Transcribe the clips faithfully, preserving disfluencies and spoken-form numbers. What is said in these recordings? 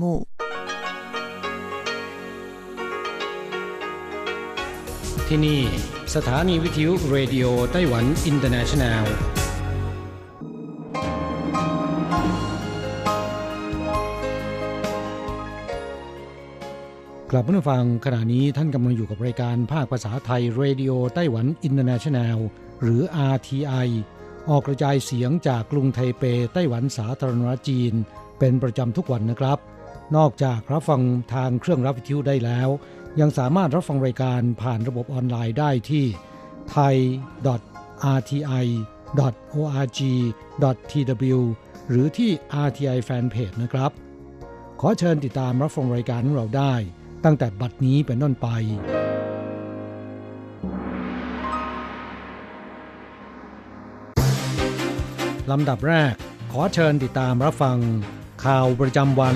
目ที่นี่สถานีวิทยุเรดิโอไต้หวันอินเตอร์เนชั่นแนลกลับมาฟังขณะนี้ท่านกำลังอยู่กับรายการภาคภาษาไทยเรดิโอไต้หวันอินเตอร์เนชั่นแนลหรือ อาร์ ที ไอ ออกกระจายเสียงจากกรุงไทเปไต้หวันสาธารณรัฐจีนเป็นประจำทุกวันนะครับนอกจากรับฟังทางเครื่องรับวิทยุได้แล้วยังสามารถรับฟังรายการผ่านระบบออนไลน์ได้ที่ ไทย ดอท อาร์ ที ไอ ดอท โอ อาร์ จี ดอท ที ดับเบิลยู หรือที่ อาร์ ที ไอ Fanpage นะครับขอเชิญติดตามรับฟังรายการของเราได้ตั้งแต่บัดนี้เป็นต้นไปลำดับแรกขอเชิญติดตามรับฟังข่าวประจำวัน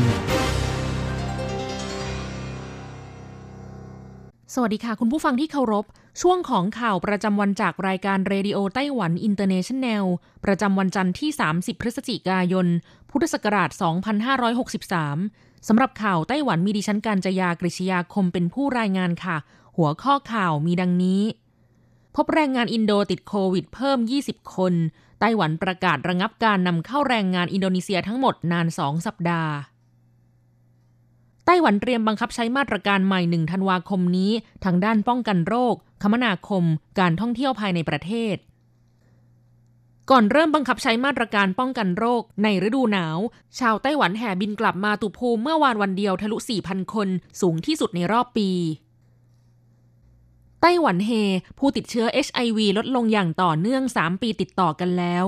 สวัสดีค่ะคุณผู้ฟังที่เคารพช่วงของข่าวประจำวันจากรายการเรดิโอไต้หวันอินเตอร์เนชั่นแนลประจำวันจันทร์ที่สามสิบพฤศจิกายนพุทธศักราชสองพันห้าร้อยหกสิบสามสำหรับข่าวไต้หวันมีดิฉันกาญจยากฤษยาคมเป็นผู้รายงานค่ะหัวข้อข่าวมีดังนี้พบแรงงานอินโดติดโควิดเพิ่มยี่สิบคนไต้หวันประกาศระงับการนำเข้าแรงงานอินโดนีเซียทั้งหมดนานสองสัปดาห์ไต้หวันเตรียมบังคับใช้มาตรการใหม่หนึ่งธันวาคมนี้ทางด้านป้องกันโรคคมนาคมการท่องเที่ยวภายในประเทศก่อนเริ่มบังคับใช้มาตรการป้องกันโรคในฤดูหนาวชาวไต้หวันแห่บินกลับมาตุภูมิเมื่อวานวันเดียวทะลุ สี่พัน คนสูงที่สุดในรอบปีไต้หวันเฮผู้ติดเชื้อ เอช ไอ วี ลดลงอย่างต่อเนื่องสามปีติดต่อกันแล้ว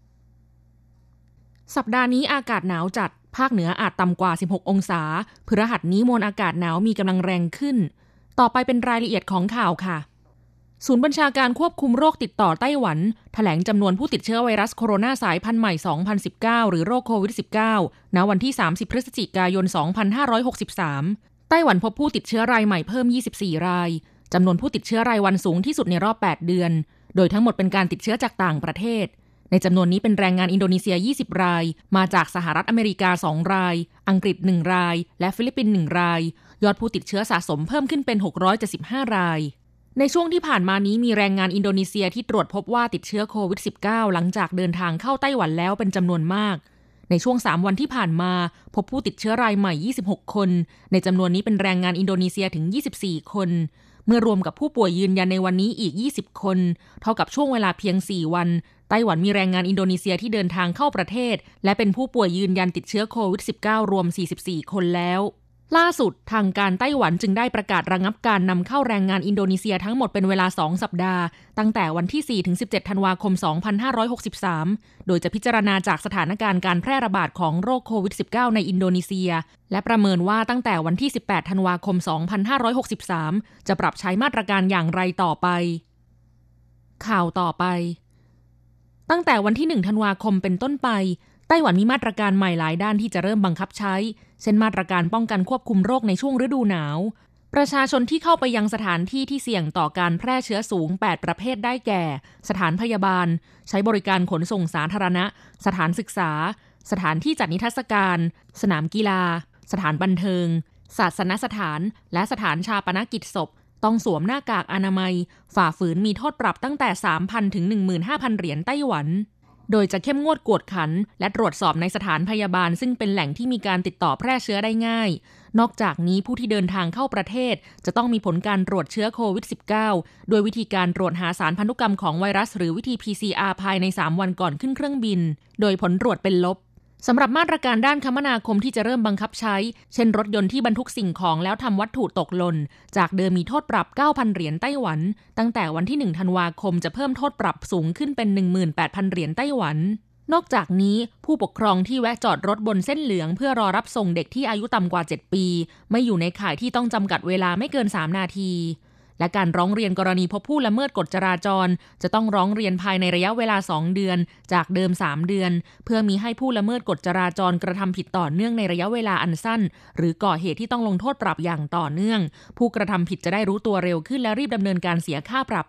สัปดาห์นี้อากาศหนาวจัดภาคเหนืออาจต่ำกว่าสิบหกองศาพฤหัสนี้มวลอากาศหนาวมีกำลังแรงขึ้นต่อไปเป็นรายละเอียดของข่าวค่ะศูนย์บัญชาการควบคุมโรคติดต่อไต้หวันแถลงจำนวนผู้ติดเชื้อไวรัสโคโรนาสายพันธุ์ใหม่สองพันสิบเก้าหรือโรคโควิด สิบเก้า ณ วันที่สามสิบพฤศจิกายนสองพันห้าร้อยหกสิบสามไต้หวันพบผู้ติดเชื้อรายใหม่เพิ่มยี่สิบสี่รายจำนวนผู้ติดเชื้อรายวันสูงที่สุดในรอบแปดเดือนโดยทั้งหมดเป็นการติดเชื้อจากต่างประเทศในจำนวนนี้เป็นแรงงานอินโดนีเซียยี่สิบรายมาจากสหรัฐอเมริกาสองรายอังกฤษหนึ่งรายและฟิลิปปินส์หนึ่งรายยอดผู้ติดเชื้อสะสมเพิ่มขึ้นเป็นหกร้อยเจ็ดสิบห้ารายในช่วงที่ผ่านมานี้มีแรงงานอินโดนีเซียที่ตรวจพบว่าติดเชื้อโควิด สิบเก้า หลังจากเดินทางเข้าไต้หวันแล้วเป็นจำนวนมากในช่วงสามวันที่ผ่านมาพบผู้ติดเชื้อรายใหม่ยี่สิบหกคนในจำนวนนี้เป็นแรงงานอินโดนีเซียถึงยี่สิบสี่คนเมื่อรวมกับผู้ป่วยยืนยันในวันนี้อีกยี่สิบคนเท่ากับช่วงเวลาเพียงสี่วันไต้หวันมีแรงงานอินโดนีเซียที่เดินทางเข้าประเทศและเป็นผู้ป่วยยืนยันติดเชื้อโควิด สิบเก้า รวมสี่สิบสี่คนแล้วล่าสุดทางการไต้หวันจึงได้ประกาศระงับการนำเข้าแรงงานอินโดนีเซียทั้งหมดเป็นเวลาสองสัปดาห์ตั้งแต่วันที่สี่ถึงสิบเจ็ดธันวาคมสองพันห้าร้อยหกสิบสามโดยจะพิจารณาจากสถานการณ์การแพร่ระบาดของโรคโควิด สิบเก้า ในอินโดนีเซียและประเมินว่าตั้งแต่วันที่สิบแปดธันวาคมสองพันห้าร้อยหกสิบสามจะปรับใช้มาตรการอย่างไรต่อไปข่าวต่อไปตั้งแต่วันที่หนึ่งธันวาคมเป็นต้นไปไต้หวันมีมาตรการใหม่หลายด้านที่จะเริ่มบังคับใช้เช่นมาตรการป้องกันควบคุมโรคในช่วงฤดูหนาวประชาชนที่เข้าไปยังสถานที่ที่เสี่ยงต่อการแพร่เชื้อสูงแปดประเภทได้แก่สถานพยาบาลใช้บริการขนส่งสาธารณะสถานศึกษาสถานที่จัดนิทรรศการสนามกีฬาสถานบันเทิงศาสนสถานและสถานชาปนกิจศพต้องสวมหน้ากากอนามัยฝ่าฝืนมีโทษปรับตั้งแต่ สามพัน ถึง หนึ่งหมื่นห้าพัน เหรียญไต้หวันโดยจะเข้มงวดกวดขันและตรวจสอบในสถานพยาบาลซึ่งเป็นแหล่งที่มีการติดต่อแพร่เชื้อได้ง่ายนอกจากนี้ผู้ที่เดินทางเข้าประเทศจะต้องมีผลการตรวจเชื้อโควิด สิบเก้า โดยวิธีการตรวจหาสารพันธุกรรมของไวรัสหรือวิธี พี ซี อาร์ ภายในสามวันก่อนขึ้นเครื่องบินโดยผลตรวจเป็นลบสำหรับมาตรการด้านคมนาคมที่จะเริ่มบังคับใช้เช่นรถยนต์ที่บรรทุกสิ่งของแล้วทำวัตถุตกหล่นจากเดิมมีโทษปรับ เก้าพัน เหรียญไต้หวันตั้งแต่วันที่หนึ่งธันวาคมจะเพิ่มโทษปรับสูงขึ้นเป็น หนึ่งหมื่นแปดพัน เหรียญไต้หวันนอกจากนี้ผู้ปกครองที่แวะจอดรถบนเส้นเหลืองเพื่อรอรับส่งเด็กที่อายุต่ำกว่าเจ็ดปีไม่อยู่ในข่ายที่ต้องจำกัดเวลาไม่เกินสามนาทีและการร้องเรียนกรณีพบผู้ละเมิดกฎจราจรจะต้องร้องเรียนภายในระยะเวลาสองเดือนจากเดิมสามเดือนเพื่อมีให้ผู้ละเมิดกฎจราจรกระทำผิดต่อเนื่องในระยะเวลาอันสั้นหรือก่อเหตุที่ต้องลงโทษปรับอย่างต่อเนื่องผู้กระทำผิดจะได้รู้ตัวเร็วขึ้นและรีบดำเนินการเสียค่าปรับ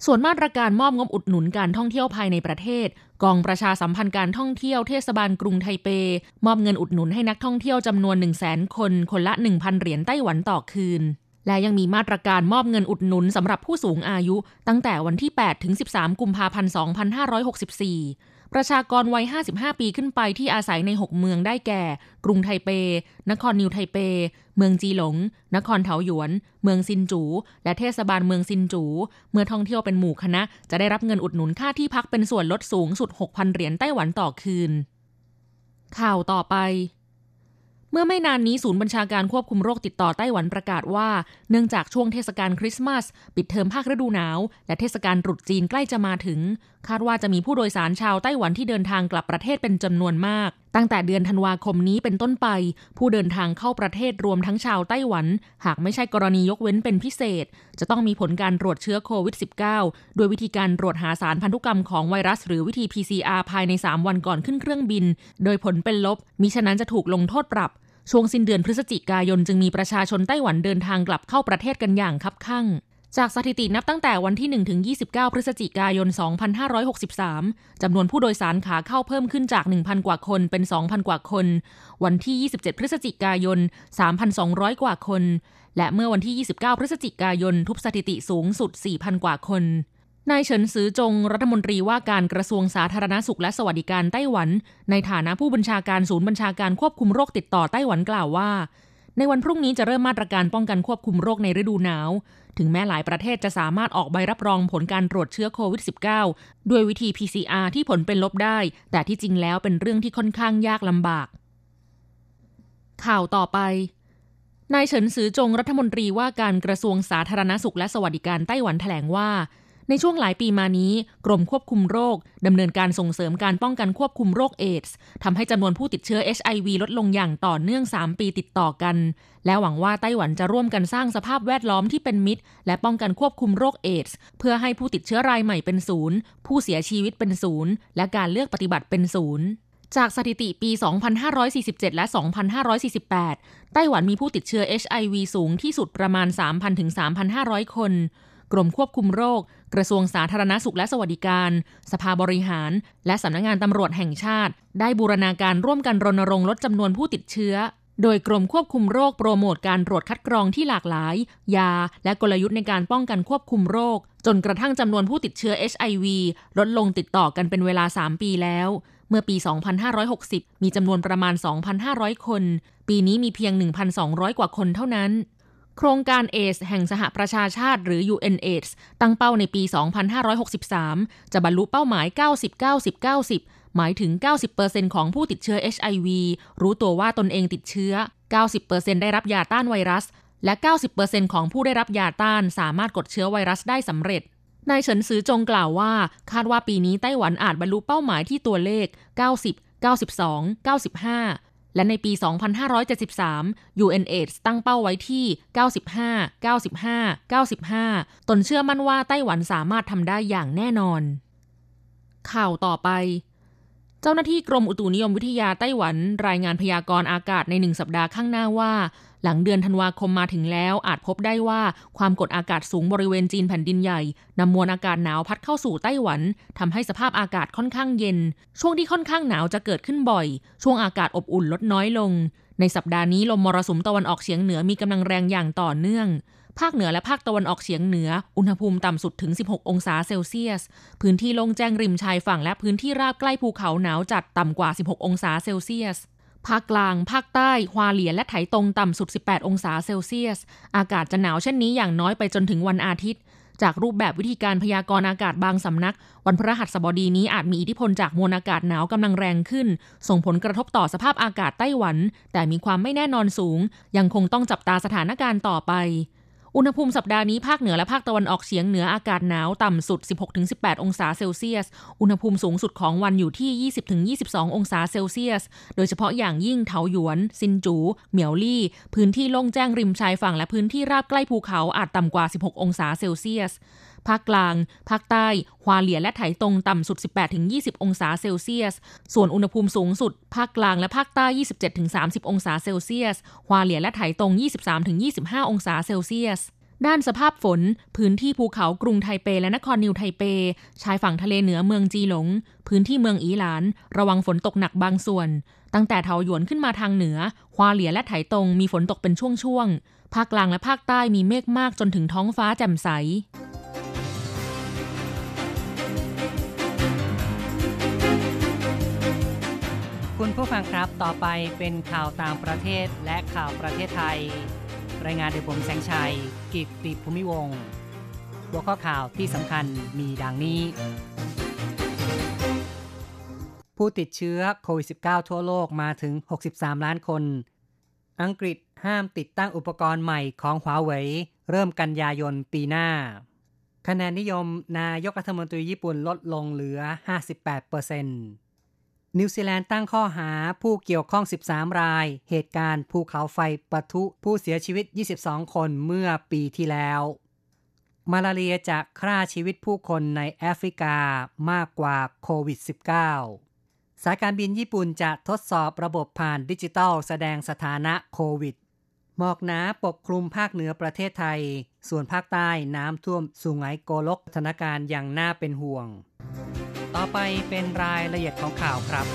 ส่วนมาตรการมอบงบอุดหนุนการท่องเที่ยวภายในประเทศกองประชาสัมพันธ์การท่องเที่ยวเทศบาลกรุงไทเปมอบเงินอุดหนุนให้นักท่องเที่ยวจำนวน หนึ่งแสน คนคนละ หนึ่งพัน เหรียญไต้หวันต่อคืนและยังมีมาตรการมอบเงินอุดหนุนสำหรับผู้สูงอายุตั้งแต่วันที่ แปดถึงสิบสาม กุมภาพันธ์ สองพันห้าร้อยหกสิบสี่ประชากรวัย ห้าสิบห้า ปีขึ้นไปที่อาศัยใน หก เมืองได้แก่ กรุงไทเป นครนิวไทเป เมืองจีหลง นครเถาหยวน เมืองซินจู และเทศบาลเมืองซินจู เมื่อท่องเที่ยวเป็นหมู่คณะจะได้รับเงินอุดหนุนค่าที่พักเป็นส่วนลดสูงสุด หกพัน เหรียญไต้หวันต่อคืนข่าวต่อไปเมื่อไม่นานนี้ศูนย์บัญชาการควบคุมโรคติดต่อไต้หวันประกาศว่าเนื่องจากช่วงเทศกาลคริสต์มาสปิดเทอมภาคฤดูหนาวและเทศกาลตรุษจีนใกล้จะมาถึงคาดว่าจะมีผู้โดยสารชาวไต้หวันที่เดินทางกลับประเทศเป็นจำนวนมากตั้งแต่เดือนธันวาคมนี้เป็นต้นไปผู้เดินทางเข้าประเทศรวมทั้งชาวไต้หวันหากไม่ใช่กรณียกเว้นเป็นพิเศษจะต้องมีผลการตรวจเชื้อโควิด สิบเก้า โดยวิธีการตรวจหาสารพันธุกรรมของไวรัสหรือวิธี พี ซี อาร์ ภายในสามวันก่อนขึ้นเครื่องบินโดยผลเป็นลบมิฉะนั้นจะถูกลงโทษปรับช่วงสิ้นเดือนพฤศจิกายนจึงมีประชาชนไต้หวันเดินทางกลับเข้าประเทศกันอย่างคับคั่งจากสถิตินับตั้งแต่วันที่หนึ่งถึงยี่สิบเก้าพฤศจิกายนสองพันห้าร้อยหกสิบสามจำนวนผู้โดยสารขาเข้าเพิ่มขึ้นจาก หนึ่งพัน กว่าคนเป็น สองพัน กว่าคนวันที่ยี่สิบเจ็ดพฤศจิกายน สามพันสองร้อย กว่าคนและเมื่อวันที่ยี่สิบเก้าพฤศจิกายนทุบสถิติสูงสุด สี่พัน กว่าคนนายเฉินซือจงรัฐมนตรีว่าการกระทรวงสาธารณสุขและสวัสดิการไต้หวันในฐานะผู้บัญชาการศูนย์บัญชาการควบคุมโรคติดต่อไต้หวันกล่าวว่าในวันพรุ่งนี้จะเริ่มมาตรการป้องกันควบคุมโรคในฤดูหนาวถึงแม้หลายประเทศจะสามารถออกใบรับรองผลการตรวจเชื้อโควิด สิบเก้า ด้วยวิธี พี ซี อาร์ ที่ผลเป็นลบได้แต่ที่จริงแล้วเป็นเรื่องที่ค่อนข้างยากลำบากข่าวต่อไปนายเฉินซือจงรัฐมนตรีว่าการกระทรวงสาธารณสุขและสวัสดิการไต้หวันแถลงว่าในช่วงหลายปีมานี้กรมควบคุมโรคดำเนินการส่งเสริมการป้องกันควบคุมโรคเอดส์ทำให้จำนวนผู้ติดเชื้อ เอช ไอ วี ลดลงอย่างต่อเนื่องสามปีติดต่อกันและหวังว่าไต้หวันจะร่วมกันสร้างสภาพแวดล้อมที่เป็นมิตรและป้องกันควบคุมโรคเอดส์เพื่อให้ผู้ติดเชื้อรายใหม่เป็นศูนย์ผู้เสียชีวิตเป็นศูนย์และการเลือกปฏิบัติเป็นศูนย์จากสถิติปี สองพันห้าร้อยสี่สิบเจ็ด และ สองพันห้าร้อยสี่สิบแปด ไต้หวันมีผู้ติดเชื้อ เอช ไอ วี สูงที่สุดประมาณ สามพัน ถึง สามพันห้าร้อย คนกรมควบคุมโรคกระทรวงสาธารณสุขและสวัสดิการสภาบริหารและสำนักงานตำรวจแห่งชาติได้บูรณาการร่วมกันรณรงค์ลดจำนวนผู้ติดเชื้อโดยกรมควบคุมโรคโปรโมทการตรวจคัดกรองที่หลากหลายยาและกลยุทธ์ในการป้องกันควบคุมโรคจนกระทั่งจำนวนผู้ติดเชื้อ เอช ไอ วี ลดลงติดต่อกันเป็นเวลาสามปีแล้วเมื่อปี สองพันห้าร้อยหกสิบ มีจำนวนประมาณ สองพันห้าร้อย คนปีนี้มีเพียง หนึ่งพันสองร้อย กว่าคนเท่านั้นโครงการเอดส์แห่งสหประชาชาติหรือ ยู เอ็น เอดส์ ตั้งเป้าในปี สองพันห้าร้อยหกสิบสาม จะบรรลุเป้าหมาย เก้าสิบ เก้าสิบ เก้าสิบ หมายถึง เก้าสิบเปอร์เซ็นต์ ของผู้ติดเชื้อ เอช ไอ วี รู้ตัวว่าตนเองติดเชื้อ เก้าสิบเปอร์เซ็นต์ ได้รับยาต้านไวรัสและ เก้าสิบเปอร์เซ็นต์ ของผู้ได้รับยาต้านสามารถกดเชื้อไวรัสได้สำเร็จนายเฉินซือจงกล่าวว่าคาดว่าปีนี้ไต้หวันอาจบรรลุเป้าหมายที่ตัวเลข เก้าสิบ เก้าสิบสอง เก้าสิบห้าและในปี สองพันห้าร้อยเจ็ดสิบสาม ยู เอ็น เอดส์ ตั้งเป้าไว้ที่ เก้าสิบห้า เก้าสิบห้า เก้าสิบห้า ตนเชื่อมั่นว่าไต้หวันสามารถทำได้อย่างแน่นอนข่าวต่อไปเจ้าหน้าที่กรมอุตุนิยมวิทยาไต้หวันรายงานพยากรณ์อากาศในหนึ่งสัปดาห์ข้างหน้าว่าหลังเดือนธันวาคมมาถึงแล้วอาจพบได้ว่าความกดอากาศสูงบริเวณจีนแผ่นดินใหญ่นำมวลอากาศหนาวพัดเข้าสู่ไต้หวันทำให้สภาพอากาศค่อนข้างเย็นช่วงที่ค่อนข้างหนาวจะเกิดขึ้นบ่อยช่วงอากาศอบอุ่นลดน้อยลงในสัปดาห์นี้ลมมรสุมตะวันออกเฉียงเหนือมีกำลังแรงอย่างต่อเนื่องภาคเหนือและภาคตะวันออกเฉียงเหนืออุณหภูมิต่ำสุดถึงสิบหกองศาเซลเซียสพื้นที่โล่งแจ้งริมชายฝั่งและพื้นที่ราบใกล้ภูเขาหนาวจัดต่ำกว่าสิบหกองศาเซลเซียสภาคกลางภาคใต้ฮวาเหลียนและไถตงต่ำสุดสิบแปดองศาเซลเซียสอากาศจะหนาวเช่นนี้อย่างน้อยไปจนถึงวันอาทิตย์จากรูปแบบวิธีการพยากรณ์อากาศบางสำนักวันพฤหัสบดีนี้อาจมีอิทธิพลจากมวลอากาศหนาวกำลังแรงขึ้นส่งผลกระทบต่อสภาพอากาศไต้หวันแต่มีความไม่แน่นอนสูงยังคงต้องจับตาสถานการณ์ต่อไปอุณหภูมิสัปดาห์นี้ภาคเหนือและภาคตะวันออกเฉียงเหนืออากาศหนาวต่ำสุด สิบหกถึงสิบแปด องศาเซลเซียสอุณหภูมิสูงสุดของวันอยู่ที่ ยี่สิบถึงยี่สิบสอง องศาเซลเซียสโดยเฉพาะอย่างยิ่งเถาหยวนซินจูเหมียวลี่พื้นที่โล่งแจ้งริมชายฝั่งและพื้นที่ราบใกล้ภูเขาอาจต่ำกว่าสิบหกองศาเซลเซียสภาคกลางภาคใต้ฮวาเหลียนและไถตงต่ำสุด สิบแปดถึงยี่สิบ องศาเซลเซียสส่วนอุณหภูมิสูงสุดภาคกลางและภาคใต้ ยี่สิบเจ็ดถึงสามสิบ องศาเซลเซียสฮวาเหลียนและไถตง ยี่สิบสามถึงยี่สิบห้า องศาเซลเซียสด้านสภาพฝนพื้นที่ภูเขากรุงไทเปและนครนิวไทเปชายฝั่งทะเลเหนือเมืองจีหลงพื้นที่เมืองอีหลานระวังฝนตกหนักบางส่วนตั้งแต่เทาหยวนขึ้นมาทางเหนือฮวาเหลียและไถตงมีฝนตกเป็นช่วงๆภาคกลางและภาคใต้มีเมฆมากจนถึงท้องฟ้าแจ่มใสคุณผู้ฟังครับต่อไปเป็นข่าวต่างประเทศและข่าวประเทศไทยรายงานโดยผมแสงชัยกิตติภูมิวงศ์หัวข้อข่าวที่สำคัญมีดังนี้ผู้ติดเชื้อโควิด สิบเก้า ทั่วโลกมาถึงหกสิบสามล้านคนอังกฤษห้ามติดตั้งอุปกรณ์ใหม่ของหัวเว่ยเริ่มกันยายนปีหน้าคะแนนนิยมนายกรัฐมนตรีญี่ปุ่นลดลงเหลือ ห้าสิบแปดเปอร์เซ็นต์นิวซีแลนด์ตั้งข้อหาผู้เกี่ยวข้องสิบสามรายเหตุการณ์ภูเขาไฟปะทุผู้เสียชีวิตยี่สิบสองคนเมื่อปีที่แล้วมาลาเรียจะฆ่าชีวิตผู้คนในแอฟริกามากกว่าโควิด สิบเก้า สายการบินญี่ปุ่นจะทดสอบระบบผ่านดิจิทัลแสดงสถานะโควิดหมอกหนาปกคลุมภาคเหนือประเทศไทยส่วนภาคใต้น้ำท่วมสุไหงโกลกสถานการณ์อย่างน่าเป็นห่วงต่อไปเป็นรายละเอียดของข่าวครับ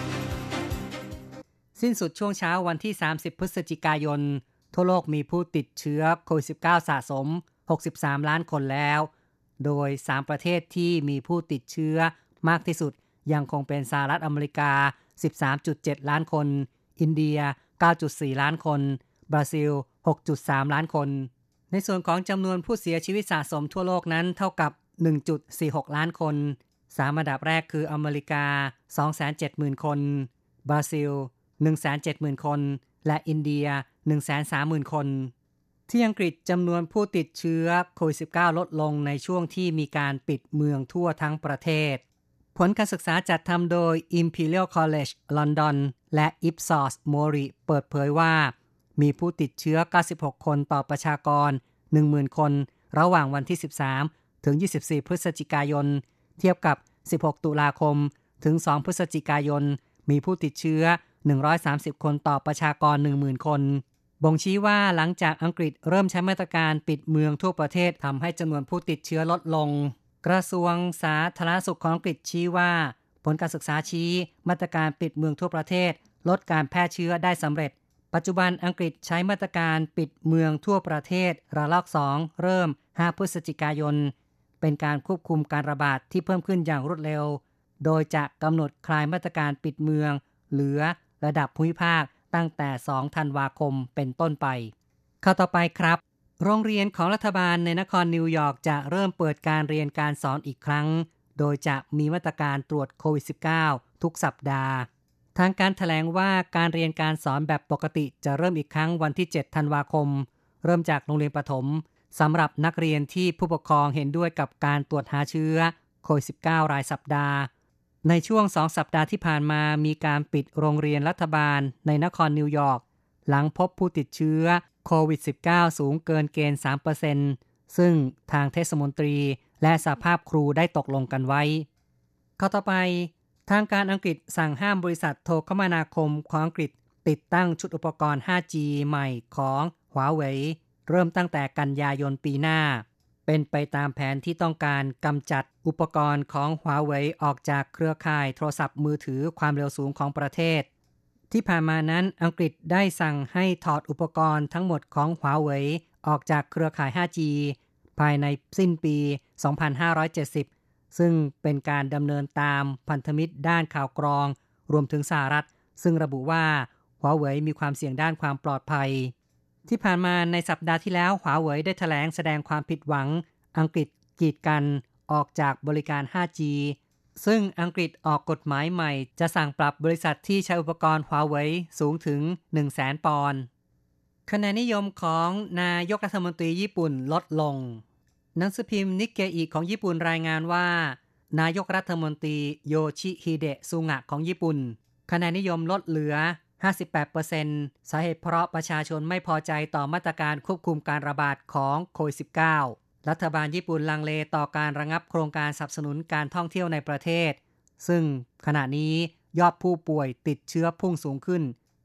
สิ้นสุดช่วงเช้าวันที่สามสิบพฤศจิกายนทั่วโลกมีผู้ติดเชื้อโควิด สิบเก้า สะสมหกสิบสามล้านคนแล้วโดยสามประเทศที่มีผู้ติดเชื้อมากที่สุดยังคงเป็นสหรัฐอเมริกา สิบสามจุดเจ็ด ล้านคนอินเดีย เก้าจุดสี่ ล้านคนบราซิล หกจุดสาม ล้านคนในส่วนของจำนวนผู้เสียชีวิตสะสมทั่วโลกนั้นเท่ากับ หนึ่งจุดสี่หก ล้านคนสามอันดับแรกคืออเมริกา สองแสนเจ็ดหมื่น คนบราซิล หนึ่งแสนเจ็ดหมื่น คนและอินเดีย หนึ่งแสนสามหมื่น คนที่อังกฤษจำนวนผู้ติดเชื้อโควิด สิบเก้า ลดลงในช่วงที่มีการปิดเมืองทั่วทั้งประเทศผลการศึกษาจัดทำโดย Imperial College London และ Ipsos Mori เปิดเผยว่ามีผู้ติดเชื้อเก้าสิบหกคนต่อประชากร หนึ่งหมื่น คนระหว่างวันที่สิบสามถึงยี่สิบสี่พฤศจิกายนเทียบกับสิบหกตุลาคมถึงสองพฤศจิกายนมีผู้ติดเชื้อหนึ่งร้อยสามสิบคนต่อประชากร หนึ่งหมื่น คนบ่งชี้ว่าหลังจากอังกฤษเริ่มใช้มาตรการปิดเมืองทั่วประเทศทำให้จำนวนผู้ติดเชื้อลดลงกระทรวงสาธารณสุขของอังกฤษชี้ว่าผลการศึกษาชี้มาตรการปิดเมืองทั่วประเทศลดการแพร่เชื้อได้สำเร็จปัจจุบันอังกฤษใช้มาตรการปิดเมืองทั่วประเทศระลอกสองเริ่มห้าพฤศจิกายนเป็นการควบคุมการระบาดที่เพิ่มขึ้นอย่างรวดเร็วโดยจะกำหนดคลายมาตรการปิดเมืองเหลือระดับภูมิภาคตั้งแต่สองธันวาคมเป็นต้นไปข่าวต่อไปครับโรงเรียนของรัฐบาลในนครนิวยอร์กจะเริ่มเปิดการเรียนการสอนอีกครั้งโดยจะมีมาตรการตรวจโควิด สิบเก้า ทุกสัปดาห์ทางการแถลงว่าการเรียนการสอนแบบปกติจะเริ่มอีกครั้งวันที่เจ็ดธันวาคมเริ่มจากโรงเรียนประถมสำหรับนักเรียนที่ผู้ปกครองเห็นด้วยกับการตรวจหาเชื้อโควิด สิบเก้า รายสัปดาห์ในช่วงสองสัปดาห์ที่ผ่านมามีการปิดโรงเรียนรัฐบาลในนครนิวยอร์กหลังพบผู้ติดเชื้อโควิด สิบเก้า สูงเกินเกณฑ์ สามเปอร์เซ็นต์ ซึ่งทางเทศมนตรีและสหภาพครูได้ตกลงกันไว้ข้อต่อไปทางการอังกฤษสั่งห้ามบริษัทโทรคมนาคมของอังกฤษติดตั้งชุดอุปกรณ์ ห้าจี ใหม่ของหัวเว่ยเริ่มตั้งแต่กันยายนปีหน้าเป็นไปตามแผนที่ต้องการกำจัดอุปกรณ์ของหัวเว่ยออกจากเครือข่ายโทรศัพท์มือถือความเร็วสูงของประเทศที่ผ่านมานั้นอังกฤษได้สั่งให้ถอดอุปกรณ์ทั้งหมดของหัวเว่ยออกจากเครือข่าย ห้าจี ภายในสิ้นปี สองพันห้าร้อยเจ็ดสิบ ซึ่งเป็นการดำเนินตามพันธมิตรด้านข่าวกรองรวมถึงสหรัฐซึ่งระบุว่าหัวเว่ยมีความเสี่ยงด้านความปลอดภัยที่ผ่านมาในสัปดาห์ที่แล้วหัวเว่ยได้แถลงแสดงความผิดหวังอังกฤษกีดกันออกจากบริการ ห้าจี ซึ่งอังกฤษออกกฎหมายใหม่จะสั่งปรับบริษัทที่ใช้อุปกรณ์หัวเว่ยสูงถึง หนึ่งแสน ปอนด์คะแนนนิยมของนายกรัฐมนตรีญี่ปุ่นลดลงหนังสือพิมพ์นิกเกอิของญี่ปุ่นรายงานว่านายกรัฐมนตรีโยชิฮิเดะซุงะของญี่ปุ่นคะแนนนิยมลดเหลือ ห้าสิบแปดเปอร์เซ็นต์ สาเหตุเพราะประชาชนไม่พอใจต่อมาตรการควบคุมการระบาดของโควิด สิบเก้า รัฐบาลญี่ปุ่นลังเลต่อการระงับโครงการสนับสนุนการท่องเที่ยวในประเทศซึ่งขณะนี้ยอดผู้ป่วยติดเชื้อพุ่งสูงขึ้น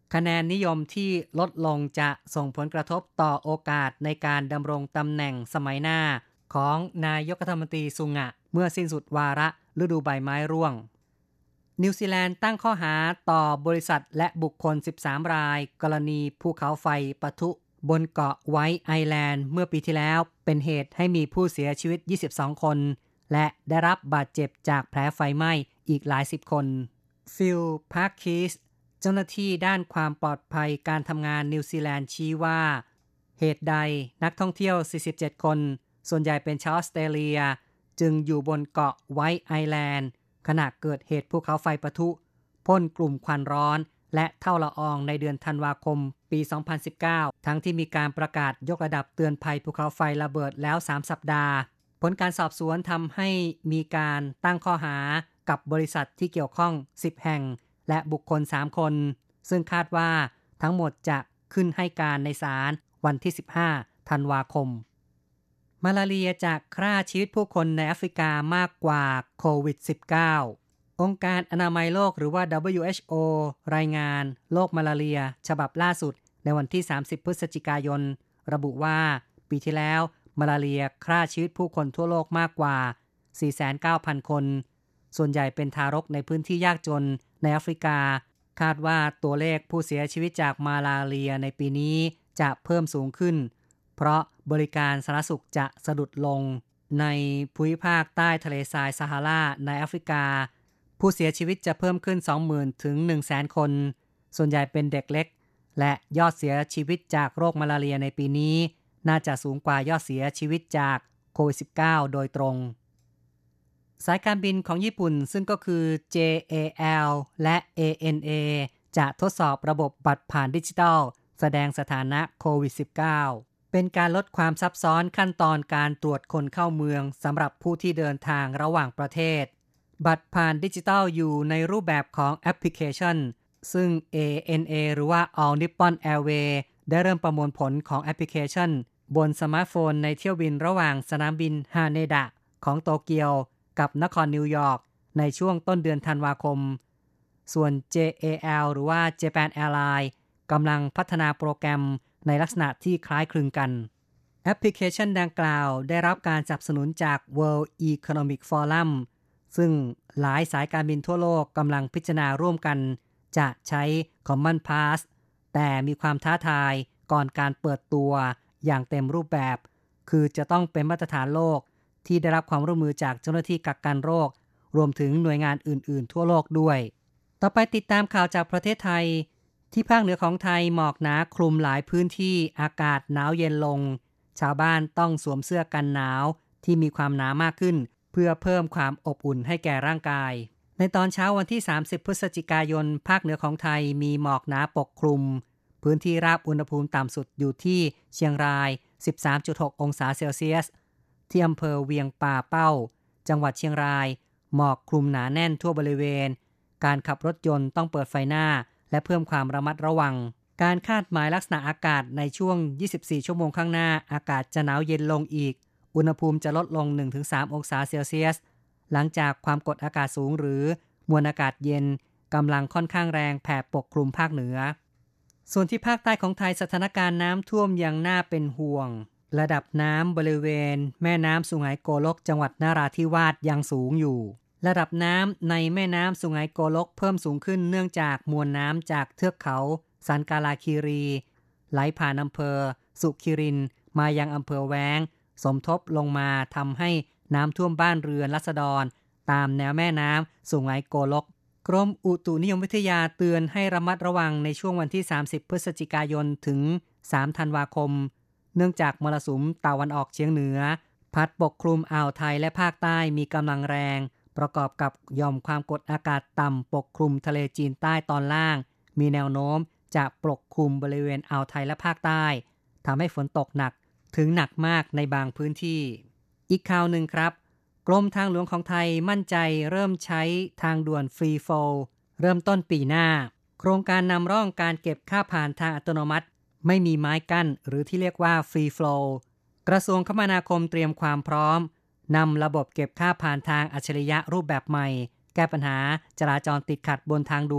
คะแนนนิยมที่ลดลงจะส่งผลกระทบต่อโอกาสในการดำรงตำแหน่งสมัยหน้าของนายกรัฐมนตรีซุงะเมื่อสิ้นสุดวาระฤดูใบไม้ร่วงนิวซีแลนด์ตั้งข้อหาต่อบริษัทและบุคคลสิบสามรายกรณีภูเขาไฟปะทุบนเกาะไวท์ไอแลนด์เมื่อปีที่แล้วเป็นเหตุให้มีผู้เสียชีวิตยี่สิบสองคนและได้รับบาดเจ็บจากแผลไฟไหม้อีกหลายสิบคนฟิล พาร์คิสเจ้าหน้าที่ด้านความปลอดภัยการทำงานนิวซีแลนด์ชี้ว่าเหตุใดนักท่องเที่ยวสี่สิบเจ็ดคนส่วนใหญ่เป็นชาวออสเตรเลียจึงอยู่บนเกาะไวท์ไอแลนด์ขณะเกิดเหตุภูเขาไฟปะทุพ่นกลุ่มควันร้อนและเท่าละอองในเดือนธันวาคมปีสองพันสิบเก้าทั้งที่มีการประกาศยกระดับเตือนภัยภูเขาไฟระเบิดแล้วสามสัปดาห์ผลการสอบสวนทำให้มีการตั้งข้อหากับบริษัทที่เกี่ยวข้องสิบแห่งและบุคคลสามคนซึ่งคาดว่าทั้งหมดจะขึ้นให้การในศาลวันที่สิบห้าธันวาคมมาลาเรียจะฆ่าชีวิตผู้คนในแอฟริกามากกว่าโควิด สิบเก้า องค์การอนามัยโลกหรือว่า ดับเบิลยู เอช โอ รายงานโรคมาลาเรียฉบับล่าสุดในวันที่สามสิบพฤศจิกายนระบุว่าปีที่แล้วมาลาเรียฆ่าชีวิตผู้คนทั่วโลกมากกว่า สี่แสนเก้าพัน คนส่วนใหญ่เป็นทารกในพื้นที่ยากจนในแอฟริกาคาดว่าตัวเลขผู้เสียชีวิตจากมาลาเรียในปีนี้จะเพิ่มสูงขึ้นเพราะบริการสาธารณสุขจะสะดุดลงในภูมิภาคใต้ทะเลทรายซาฮาราในแอฟริกาผู้เสียชีวิตจะเพิ่มขึ้น สองหมื่น ถึง หนึ่งแสน คนส่วนใหญ่เป็นเด็กเล็กและยอดเสียชีวิตจากโรคมาลาเรียในปีนี้น่าจะสูงกว่ายอดเสียชีวิตจากโควิด สิบเก้า โดยตรงสายการบินของญี่ปุ่นซึ่งก็คือ เจ เอ แอล และ เอ เอ็น เอ จะทดสอบระบบบัตรผ่านดิจิทัลแสดงสถานะโควิด สิบเก้า เป็นการลดความซับซ้อนขั้นตอนการตรวจคนเข้าเมืองสำหรับผู้ที่เดินทางระหว่างประเทศบัตรผ่านดิจิทัลอยู่ในรูปแบบของแอปพลิเคชันซึ่ง เอ เอ็น เอ หรือว่า All Nippon Airways ได้เริ่มประมวลผลของแอปพลิเคชันบนสมาร์ทโฟนในเที่ยวบินระหว่างสนามบินฮาเนดะของโตเกียวกับนครนิวยอร์กในช่วงต้นเดือนธันวาคมส่วน เจ เอ แอล หรือว่า Japan Airlines กำลังพัฒนาโปรแกรมในลักษณะที่คล้ายคลึงกันแอปพลิเคชันดังกล่าวได้รับการสนับสนุนจาก World Economic Forum ซึ่งหลายสายการบินทั่วโลกกำลังพิจารณาร่วมกันจะใช้ Common Pass แต่มีความท้าทายก่อนการเปิดตัวอย่างเต็มรูปแบบคือจะต้องเป็นมาตรฐานโลกที่ได้รับความร่วมมือจากเจ้าหน้าที่กักกันโรครวมถึงหน่วยงานอื่นๆทั่วโลกด้วยต่อไปติดตามข่าวจากประเทศไทยที่ภาคเหนือของไทยหมอกหนาคลุมหลายพื้นที่อากาศหนาวเย็นลงชาวบ้านต้องสวมเสื้อกันหนาวที่มีความหนามากขึ้นเพื่อเพิ่มความอบอุ่นให้แก่ร่างกายในตอนเช้าวันที่สามสิบพฤศจิกายนภาคเหนือของไทยมีหมอกหนาปกคลุมพื้นที่ราบอุณหภูมิต่ำสุดอยู่ที่เชียงราย สิบสามจุดหก องศาเซลเซียสที่อำเภอเวียงป่าเป้าจังหวัดเชียงรายหมอกคลุมหนาแน่นทั่วบริเวณการขับรถยนต์ต้องเปิดไฟหน้าและเพิ่มความระมัดระวังการคาดหมายลักษณะอากาศในช่วงยี่สิบสี่ชั่วโมงข้างหน้าอากาศจะหนาวเย็นลงอีกอุณหภูมิจะลดลง หนึ่งถึงสาม องศาเซลเซียสหลังจากความกดอากาศสูงหรือมวลอากาศเย็นกำลังค่อนข้างแรงแผ่ปกคลุมภาคเหนือส่วนที่ภาคใต้ของไทยสถานการณ์น้ำท่วมยังน่าเป็นห่วงระดับน้ำบริเวณแม่น้ำสุไหงโกลกจังหวัดนราธิวาสยังสูงอยู่ระดับน้ำในแม่น้ำสุไหงโกลกเพิ่มสูงขึ้นเนื่องจากมวลน้ำจากเทือกเขาสันกาลาคีรีไหลผ่านอำเภอสุขิรินมายังอำเภอแว้งสมทบลงมาทำให้น้ำท่วมบ้านเรือนราษฎรตามแนวแม่น้ำสุไหงโกลกกรมอุตุนิยมวิทยาเตือนให้ระมัดระวังในช่วงวันที่สามสิบพฤศจิกายนถึงสามธันวาคมเนื่องจากมรสุมตะวันออกเฉียงเหนือพัดปกคลุมอ่าวไทยและภาคใต้มีกำลังแรงประกอบกับหย่อมความกดอากาศต่ำปกคลุมทะเลจีนใต้ตอนล่างมีแนวโน้มจะปกคลุมบริเวณอ่าวไทยและภาคใต้ทำให้ฝนตกหนักถึงหนักมากในบางพื้นที่อีกข่าวหนึ่งครับกรมทางหลวงของไทยมั่นใจเริ่มใช้ทางด่วนฟรีโฟลเริ่มต้นปีหน้าโครงการนำร่องการเก็บค่าผ่านทางอัตโนมัติไม่มีไม้กั้นหรือที่เรียกว่าฟรีโฟลกระทรวงคมนาคมเตรียมความพร้อมนำระบบเก็บค่าผ่านทางอัจฉริยะรูปแบบใหม่แก้ปัญหาจราจรติดขัดบนทางด่วน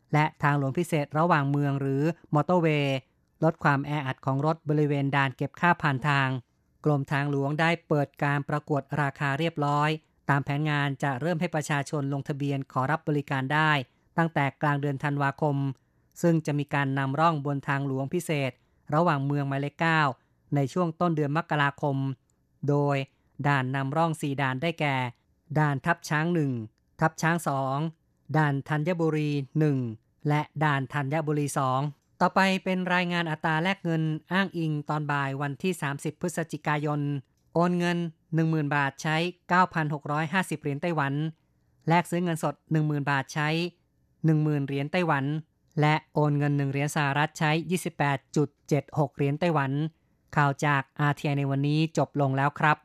และทางหลวงพิเศษระหว่างเมืองหรือมอเตอร์เวย์ลดความแออัดของรถบริเวณด่านเก็บค่าผ่านทางกรมทางหลวงได้เปิดการประกวดราคาเรียบร้อยตามแผนงานจะเริ่มให้ประชาชนลงทะเบียนขอรับบริการได้ตั้งแต่กลางเดือนธันวาคมซึ่งจะมีการนำร่องบนทางหลวงพิเศษระหว่างเมืองหมายเลขเก้าในช่วงต้นเดือนมกราคมโดยด่านนำร่องสี่ด่านได้แก่ด่านทับช้างหนึ่งทับช้างสองด่านธัญบุรีหนึ่งและด่านธัญบุรีสองต่อไปเป็นรายงานอัตราแลกเงินอ้างอิงตอนบ่ายวันที่สามสิบพฤศจิกายนโอนเงิน หนึ่งหมื่น บาทใช้ เก้าพันหกร้อยห้าสิบ เหรียญไต้หวันแลกซื้อเงินสด หนึ่งหมื่น บาทใช้ หนึ่งหมื่น เหรียญไต้หวันและโอนเงินหนึ่งเหรียญสหรัฐใช้ ยี่สิบแปดจุดเจ็ดหก เหรียญไต้หวันข่าวจาก อาร์ ที ไอ ในวันนี้จบลงแล้วครับ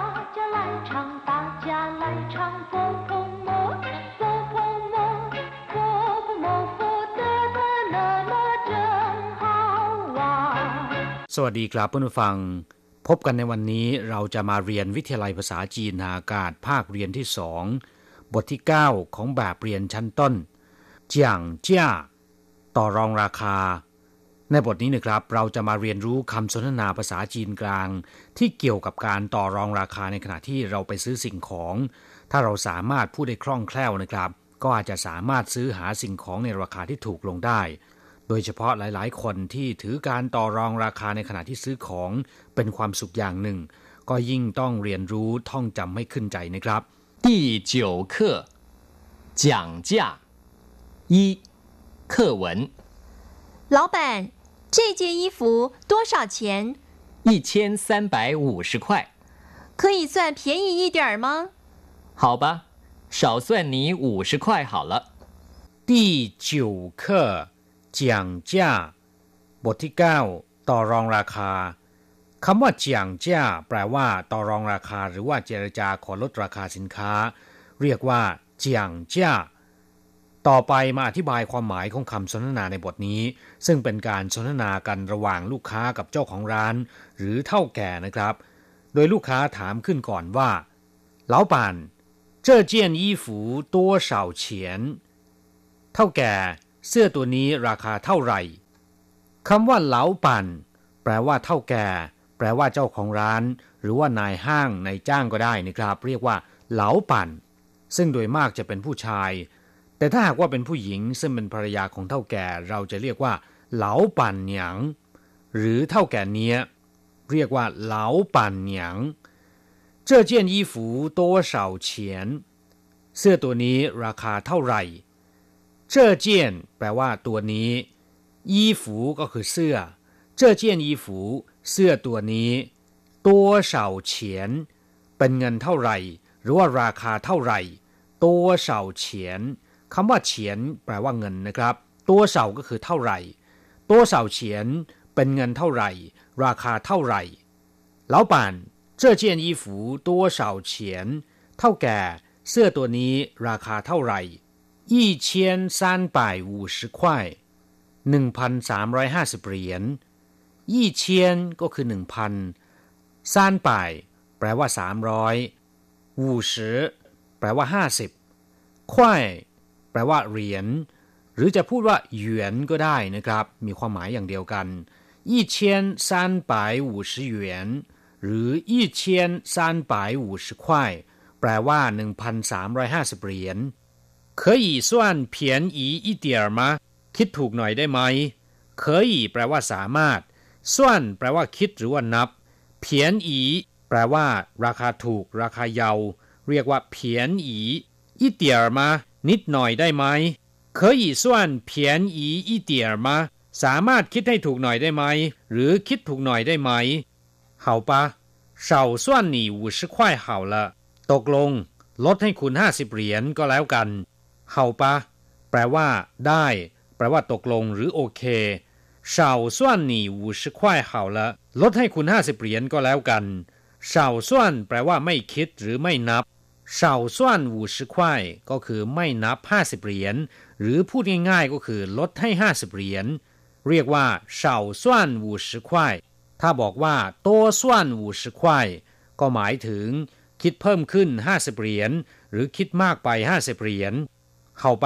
สวัสดีครับเพื่อนผู้ฟังพบกันในวันนี้เราจะมาเรียนวิทยาลัยภาษาจีนทางอากาศภาคเรียนที่สองบทที่เก้าของแบบเรียนชั้นต้นเจียงเจ้าต่อรองราคาในบทนี้นะครับเราจะมาเรียนรู้คำสนทนาภาษาจีนกลางที่เกี่ยวกับการต่อรองราคาในขณะที่เราไปซื้อสิ่งของถ้าเราสามารถพูดได้คล่องแคล่วนะครับก็อาจจะสามารถซื้อหาสิ่งของในราคาที่ถูกลงได้โดยเฉพาะหลายๆคนที่ถือการต่อรองราคาในขณะที่ซื้อของเป็นความสุขอย่างหนึ่งก็ยิ่งต้องเรียนรู้ท่องจำให้ขึ้นใจนะครับ第九课讲价一课文老板这件衣服多少钱一千三百五十块可以算便宜一点吗好吧少算你五十块好了第九课讲价บทที่เก้าต่อรองราคาคำว่าเจียงเจ้าแปลว่าต่อรองราคาหรือว่าเจรจาขอลดราคาสินค้าเรียกว่าเจียงเจ้าต่อไปมาอธิบายความหมายของคำสนทนาในบทนี้ซึ่งเป็นการสนทนากันระหว่างลูกค้ากับเจ้าของร้านหรือเฒ่าแก่นะครับโดยลูกค้าถามขึ้นก่อนว่า老板这件衣服多少钱เฒ่าแก่เสื้อตัวนี้ราคาเท่าไหร่คำว่าเหลาปั่นแปลว่าเฒ่าแก่แปลว่าเจ้าของร้านหรือว่านายห้างนายจ้างก็ได้นะครับเรียกว่าเหลาปั่นซึ่งโดยมากจะเป็นผู้ชายแต่ถ้าหากว่าเป็นผู้หญิงซึ่งเป็นภรรยาของเฒ่าแก่เราจะเรียกว่าเหลาปั่นเหนียงหรือเฒ่าแก่เนี้ยเรียกว่าเหลาปั่นเหนียง这件衣服多少钱เสื้อตัวนี้ราคาเท่าไหร่这件แปลว่าตัวนี้衣服ก็คือเสื้อ这件衣服เสื้อตัวนี้多少钱เป็นเงินเท่าไหร่หรือว่าราคาเท่าไหร่多少钱คำว่าเฉียนแปลว่าเงินนะครับ多少ก็คือเท่าไหร่多少钱เป็นเงินเท่าไหร่ราคาเท่าไหร่老板这件衣服多少钱เท่าแก่เสื้อตัวนี้ราคาเท่าไหร่一千三百五十块หนึ่งพันสามร้อยห้าสิบเหรียญ一千ก็คือหนึ่งพัน三百แปลว่าสามร้อย五十แปลว่าห้าสิบ块แปลว่าเหรียญหรือจะพูดว่าหยวนก็ได้นะครับมีความหมายอย่างเดียวกัน一千三百五十元หรือ一千三百五十块แปลว่าหนึ่งพันสามร้อยห้าสิบเหรียญ可以算便宜一点吗คิดถูกหน่อยได้ไหม可以แปลว่าสามารถส่วนแปลว่าคิดหรือว่านับเพียนอีแปลว่าราคาถูกราคาเยาเรียกว่าเพียนอีอีเตียมานิดหน่อยได้ไหม可以算便宜一点吗สามารถคิดให้ถูกหน่อยได้ไหมหรือคิดถูกหน่อยได้ไหม好吧少算你五十块好了ตกลงลดให้คุณห้าสิบเหรียญก็แล้วกัน好吧แปลว่าได้แปลว่าตกลงหรือโอเค少算你五十块好了ลดให้คุณห้าสิบเหรียญก็แล้วกัน少算แปลว่าไม่คิดหรือไม่นับ少算五十块ก็คือไม่นับห้าสิบเหรียญหรือพูดง่ายๆก็คือลดให้ห้าสิบเหรียญเรียกว่า少算五十块ถ้าบอกว่า多算五十块ก็หมายถึงคิดเพิ่มขึ้นห้าสิบเหรียญหรือคิดมากไปห้าสิบเหรียญ好吧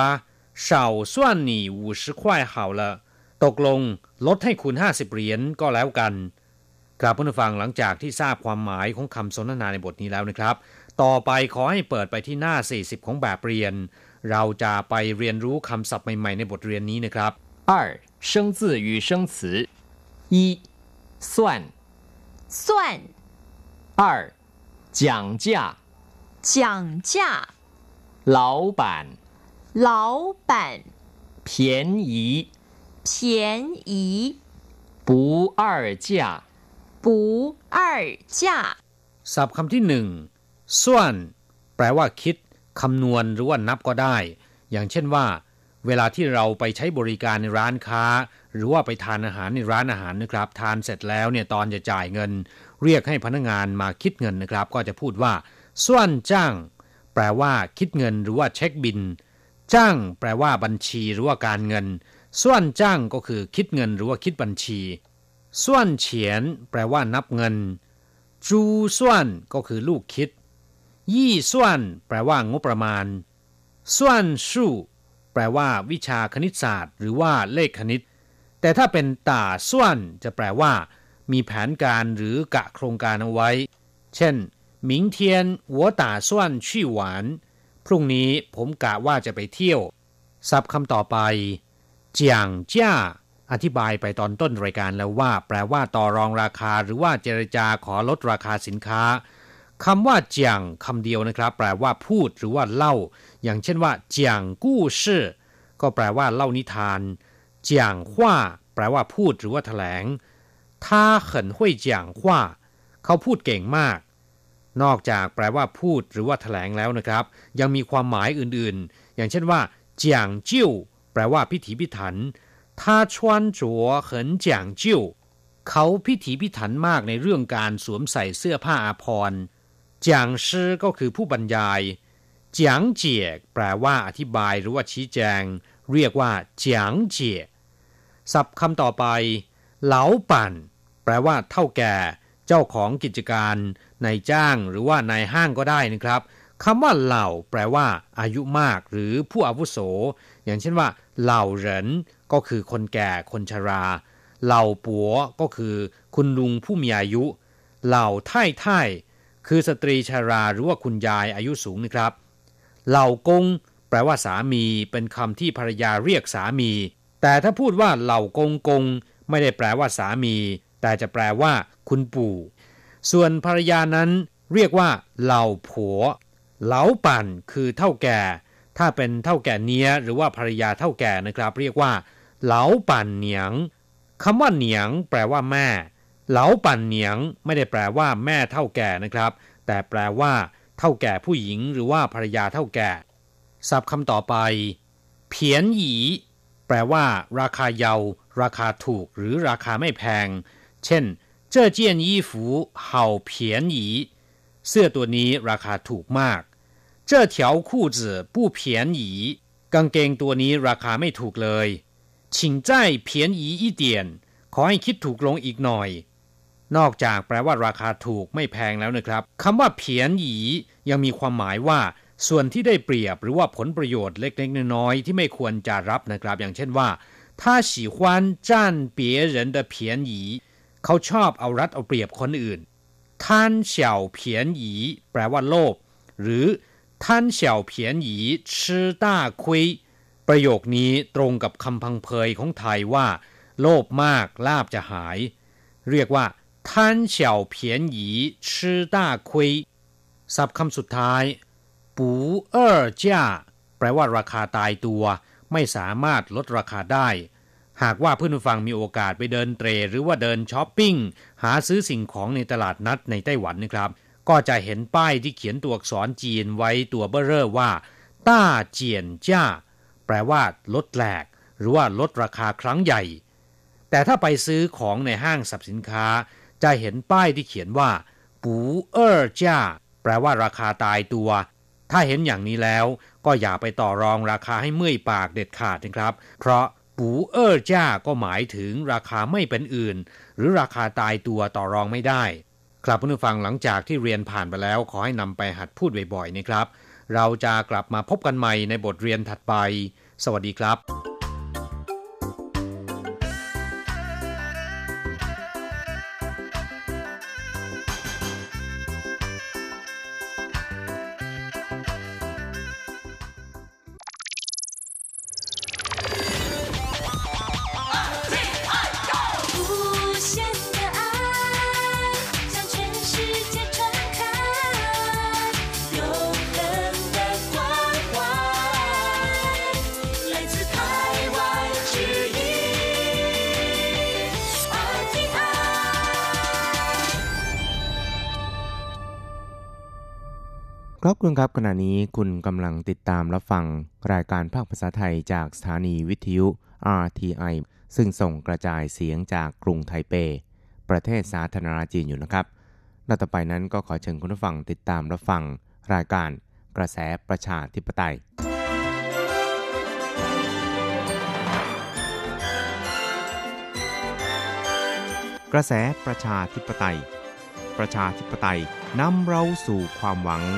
少算你五十块好了ตกลงลดให้คุณห้าสิบเหรียญก็แล้วกันครับผู้ฟังหลังจากที่ทราบความหมายของคำสนทนาในบทนี้แล้วนะครับต่อไปขอให้เปิดไปที่หน้าสี่สิบของแบบเรียนเราจะไปเรียนรู้คำศัพท์ใหม่ๆในบทเรียนนี้นะครับ二生字与生词一算算二讲价讲价老板老板便宜便宜不二价不二价ศัพท์คำที่หนึ่งส่วนแปลว่าคิดคำนวณหรือว่านับก็ได้อย่างเช่นว่าเวลาที่เราไปใช้บริการในร้านค้าหรือว่าไปทานอาหารในร้านอาหารนะครับทานเสร็จแล้วเนี่ยตอนจะจ่ายเงินเรียกให้พนักงานมาคิดเงินนะครับก็จะพูดว่าส่วนจ้างแปลว่าคิดเงินหรือว่าเช็คบิลจ้างแปลว่าบัญชีหรือว่าการเงินส่วนจ้างก็คือคิดเงินหรือว่าคิดบัญชีส่วนเฉียนแปลว่านับเงินจูส่วนก็คือลูกคิดยี่ส่วนแปลว่างบประมาณส่วนสู้แปลว่าวิชาคณิตศาสตร์หรือว่าเลขคณิตแต่ถ้าเป็นต่าส่วนจะแปลว่ามีแผนการหรือกะโครงการเอาไว้เช่น明天我打算去玩พรุ่งนี้ผมกะว่าจะไปเที่ยวศัพท์คำต่อไปเจียงจ้าอธิบายไปตอนต้นรายการแล้วว่าแปลว่าต่อรองราคาหรือว่าเจรจาขอลดราคาสินค้าคำว่าเจียงคำเดียวนะครับแปลว่าพูดหรือว่าเล่าอย่างเช่นว่าเจียงกู้ชื่อก็แปลว่าเล่านิทานเจียงฮว่าแปลว่าพูดหรือว่าแถลง他很会讲话เขาพูดเก่งมากนอกจากแปลว่าพูดหรือว่าแถลงแล้วนะครับยังมีความหมายอื่นๆอย่างเช่นว่าเจียงจิ้วแปลว่าพิถีพิถัน他穿着很讲究เขาพิถีพิถันมากในเรื่องการสวมใส่เสื้อผ้าอาภรณ์จางชื่อก็คือผู้บรรยายจางเจี๋ยแปลว่าอธิบายหรือว่าชี้แจงเรียกว่าจางเจี๋ยศัพท์คำต่อไปเหลาปั่นแปลว่าเฒ่าแก่เจ้าของกิจการนายจ้างหรือว่านายห้างก็ได้นะครับคำว่าเหล่าแปลว่าอายุมากหรือผู้อาวุโสอย่างเช่นว่าเหล่าเหรินก็คือคนแก่คนชราเหล่าปัวก็คือคุณลุงผู้มีอายุเหล่าไท่ไท่คือสตรีชราหรือว่าคุณยายอายุสูงนะครับเหล่ากงแปลว่าสามีเป็นคำที่ภรรยาเรียกสามีแต่ถ้าพูดว่าเหล่ากงกงไม่ได้แปลว่าสามีแต่จะแปลว่าคุณปู่ส่วนภรรยานั้นเรียกว่าเหล่าผัวเหลาปั่นคือเฒ่าแก่ถ้าเป็นเฒ่าแก่เนียหรือว่าภรรยาเฒ่าแก่นะครับเรียกว่าเหลาปั่นเหนียงคำว่าเหนียงแปลว่าแม่เหลาปั่นเหนียงไม่ได้แปลว่าแม่เฒ่าแก่นะครับแต่แปลว่าเฒ่าแก่ผู้หญิงหรือว่าภรรยาเฒ่าแก่ศัพท์คำต่อไปเพียนหยีแปลว่าราคาเยาราคาถูกหรือราคาไม่แพงเช่น这件衣服好便宜เสื้อตัวนี้ราคาถูกมาก这条裤子不便宜กางเกงตัวนี้ราคาไม่ถูกเลย请再便宜一點ขอให้คิดถูกลงอีกหน่อยนอกจากแปลว่าราคาถูกไม่แพงแล้วนะครับคำว่าเพียนหยียังมีความหมายว่าส่วนที่ได้เปรียบหรือว่าผลประโยชน์เล็กๆน้อยๆที่ไม่ควรจะรับนะครับอย่างเช่นว่า他喜歡佔別人的便宜เขาชอบเอารัดเอาเปรียบคนอื่นท่านเสี่ยวเพียนหยีแปลว่าโลภหรือท่านเสี่ยวเพียนหยีชื่อต้าคุยประโยคนี้ตรงกับคำพังเพยของไทยว่าโลภมากลาภจะหายเรียกว่าท่านเสี่ยวเพียนหยีชื่อต้าคุยศัพท์คำสุดท้ายปูเอ่อจ้าแปลว่าราคาตายตัวไม่สามารถลดราคาได้หากว่าเพื่อนผู้ฟังมีโอกาสไปเดินเตรหรือว่าเดินช้อปปิ้งหาซื้อสิ่งของในตลาดนัดในไต้หวันนะครับก็จะเห็นป้ายที่เขียนตัวอักษรจีนไว้ตัวเบ้อเร่อว่าต้าเจียนจ้าแปลว่าลดแหลกหรือว่าลดราคาครั้งใหญ่แต่ถ้าไปซื้อของในห้างสรรพสินค้าจะเห็นป้ายที่เขียนว่าปูเอ่อจ้าแปลว่าราคาตายตัวถ้าเห็นอย่างนี้แล้วก็อย่าไปต่อรองราคาให้เมื่อยปากเด็ดขาดนะครับเพราะปูเอ่อจ้าก็หมายถึงราคาไม่เป็นอื่นหรือราคาตายตัวต่อรองไม่ได้ครับผู้ฟังหลังจากที่เรียนผ่านไปแล้วขอให้นำไปหัดพูดบ่อยๆนะครับเราจะกลับมาพบกันใหม่ในบทเรียนถัดไปสวัสดีครับครับคุณครับขณะนี้คุณกำลังติดตามรับฟังรายการภาคภาษาไทยจากสถานีวิทยุ อาร์ ที ไอ ซึ่งส่งกระจายเสียงจากกรุงไทเปประเทศสาธารณรัฐจีนอยู่นะครับและต่อไปนั้นก็ขอเชิญคุณผู้ฟังติดตามรับฟังรายการกระแสประชาธิปไตยกระแสประชาธิปไตยประชาธิปไตยนำเราสู่ความหวัง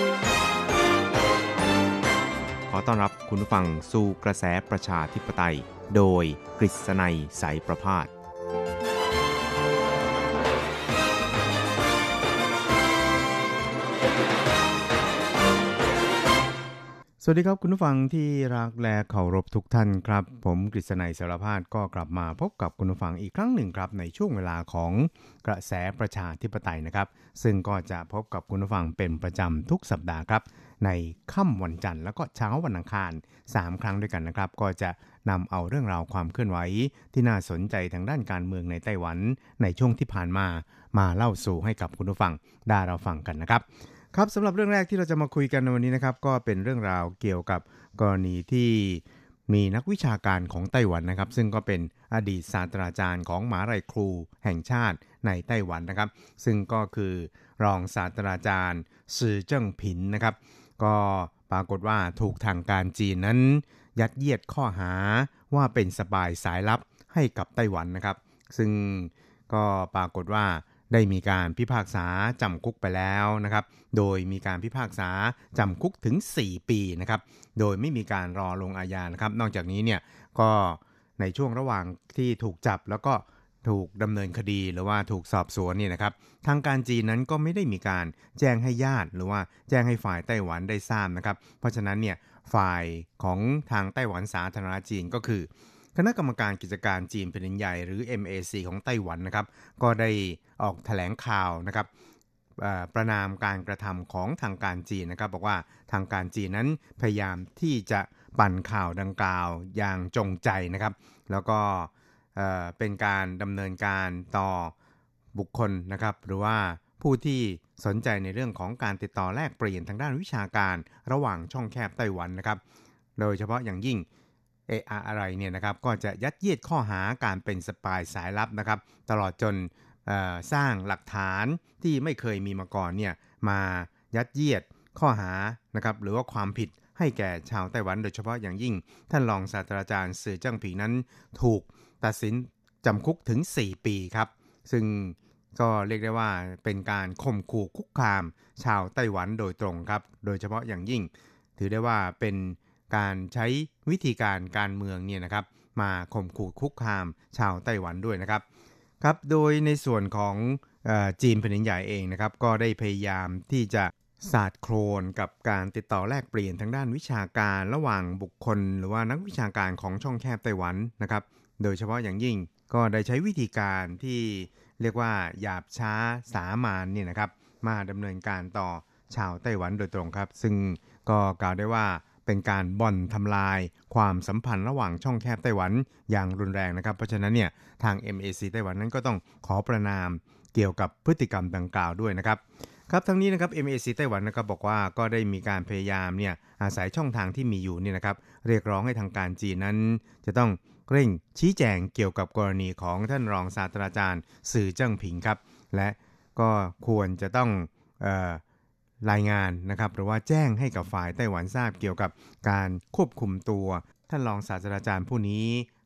ขอต้อนรับคุณผู้ฟังสู่กระแสประชาธิปไตยโดยกฤษณัยสายประภาสสวัสดีครับคุณผู้ฟังที่รักและเคารพทุกท่านครับผมกฤษณัยสารพาสก็กลับมาพบกับคุณผู้ฟังอีกครั้งหนึ่งครับในช่วงเวลาของกระแสประชาธิปไตยนะครับซึ่งก็จะพบกับคุณผู้ฟังเป็นประจำทุกสัปดาห์ครับในค่ำวันจันทร์แล้วก็เช้าวันอังคารสามครั้งด้วยกันนะครับก็จะนำเอาเรื่องราวความเคลื่อนไหวที่น่าสนใจทางด้านการเมืองในไต้หวันในช่วงที่ผ่านมามาเล่าสู่ให้กับคุณผู้ฟังได้เราฟังกันนะครับครับสำหรับเรื่องแรกที่เราจะมาคุยกันในวันนี้นะครับก็เป็นเรื่องราวเกี่ยวกับกรณีที่มีนักวิชาการของไต้หวันนะครับซึ่งก็เป็นอดีตศาสตราจารย์ของมหาวิทยาลัยครูแห่งชาติในไต้หวันนะครับซึ่งก็คือรองศาสตราจารย์ซือเจิ้งผินนะครับก็ปรากฏว่าถูกทางการจีนนั้นยัดเยียดข้อหาว่าเป็นสปายสายลับให้กับไต้หวันนะครับซึ่งก็ปรากฏว่าได้มีการพิพากษาจำคุกไปแล้วนะครับโดยมีการพิพากษาจำคุกถึงสี่ปีนะครับโดยไม่มีการรอลงอาญานะครับนอกจากนี้เนี่ยก็ในช่วงระหว่างที่ถูกจับแล้วก็ถูกดำเนินคดีหรือว่าถูกสอบสวนเนี่ยนะครับทางการจีนนั้นก็ไม่ได้มีการแจ้งให้ญาติหรือว่าแจ้งให้ฝ่ายไต้หวันได้ทราบนะครับเพราะฉะนั้นเนี่ยฝ่ายของทางไต้หวันสาธารณรัฐจีนก็คือคณะกรรมการกิจการจีนแผ่นดินใหญ่หรือ เอ็ม เอ ซี ของไต้หวันนะครับก็ได้ออกแถลงข่าวนะครับประนามการกระทำของทางการจีนนะครับบอกว่าทางการจีนนั้นพยายามที่จะปั่นข่าวดังกล่าวอย่างจงใจนะครับแล้วก็เป็นการดำเนินการต่อบุคคลนะครับหรือว่าผู้ที่สนใจในเรื่องของการติดต่อแลกเปลี่ยนทางด้านวิชาการระหว่างช่องแคบไต้หวันนะครับโดยเฉพาะอย่างยิ่งเอออะไรเนี่ยนะครับก็จะยัดเยียดข้อหาการเป็นสปายสายลับนะครับตลอดจนสร้างหลักฐานที่ไม่เคยมีมาก่อนเนี่ยมายัดเยียดข้อหานะครับหรือว่าความผิดให้แก่ชาวไต้หวันโดยเฉพาะอย่างยิ่งท่านรองศาสตราจารย์ซือเจิ้งผิงนั้นถูกตัดสินจำคุกถึงสี่ปีครับซึ่งก็เรียกได้ว่าเป็นการข่มขู่คุกคามชาวไต้หวันโดยตรงครับโดยเฉพาะอย่างยิ่งถือได้ว่าเป็นการใช้วิธีการการเมืองเนี่ยนะครับมาข่มขู่คุกคามชาวไต้หวันด้วยนะครับครับโดยในส่วนของเอ่อจีนแผ่นดินใหญ่เองนะครับก็ได้พยายามที่จะสาดโคลนกับการติดต่อแลกเปลี่ยนทางด้านวิชาการระหว่างบุคคลหรือว่านักวิชาการของช่องแคบไต้หวันนะครับโดยเฉพาะอย่างยิ่งก็ได้ใช้วิธีการที่เรียกว่าหยาบช้าสามัญเนี่ยนะครับมาดำเนินการต่อชาวไต้หวันโดยตรงครับซึ่งก็กล่าวได้ว่าเป็นการบ่อนทำลายความสัมพันธ์ระหว่างช่องแคบไต้หวันอย่างรุนแรงนะครับเพราะฉะนั้นเนี่ยทาง เอ็ม เอ ซี ไต้หวันนั้นก็ต้องขอประณามเกี่ยวกับพฤติกรรมดังกล่าวด้วยนะครับครับทั้งนี้นะครับ เอ็ม เอ ซี ไต้หวันนะครับบอกว่าก็ได้มีการพยายามเนี่ยอาศัยช่องทางที่มีอยู่เนี่ยนะครับเรียกร้องให้ทางการจีนนั้นจะต้องเร่งชี้แจงเกี่ยวกับกรณีของท่านรองศาสตราจารย์ซือเจิ้งผิงครับและก็ควรจะต้องเอ่อรายงานนะครับหรือว่าแจ้งให้กับฝ่ายไต้หวันทราบเกี่ยวกับการควบคุมตัวท่านรองศาสตราจารย์ผู้นี้ใ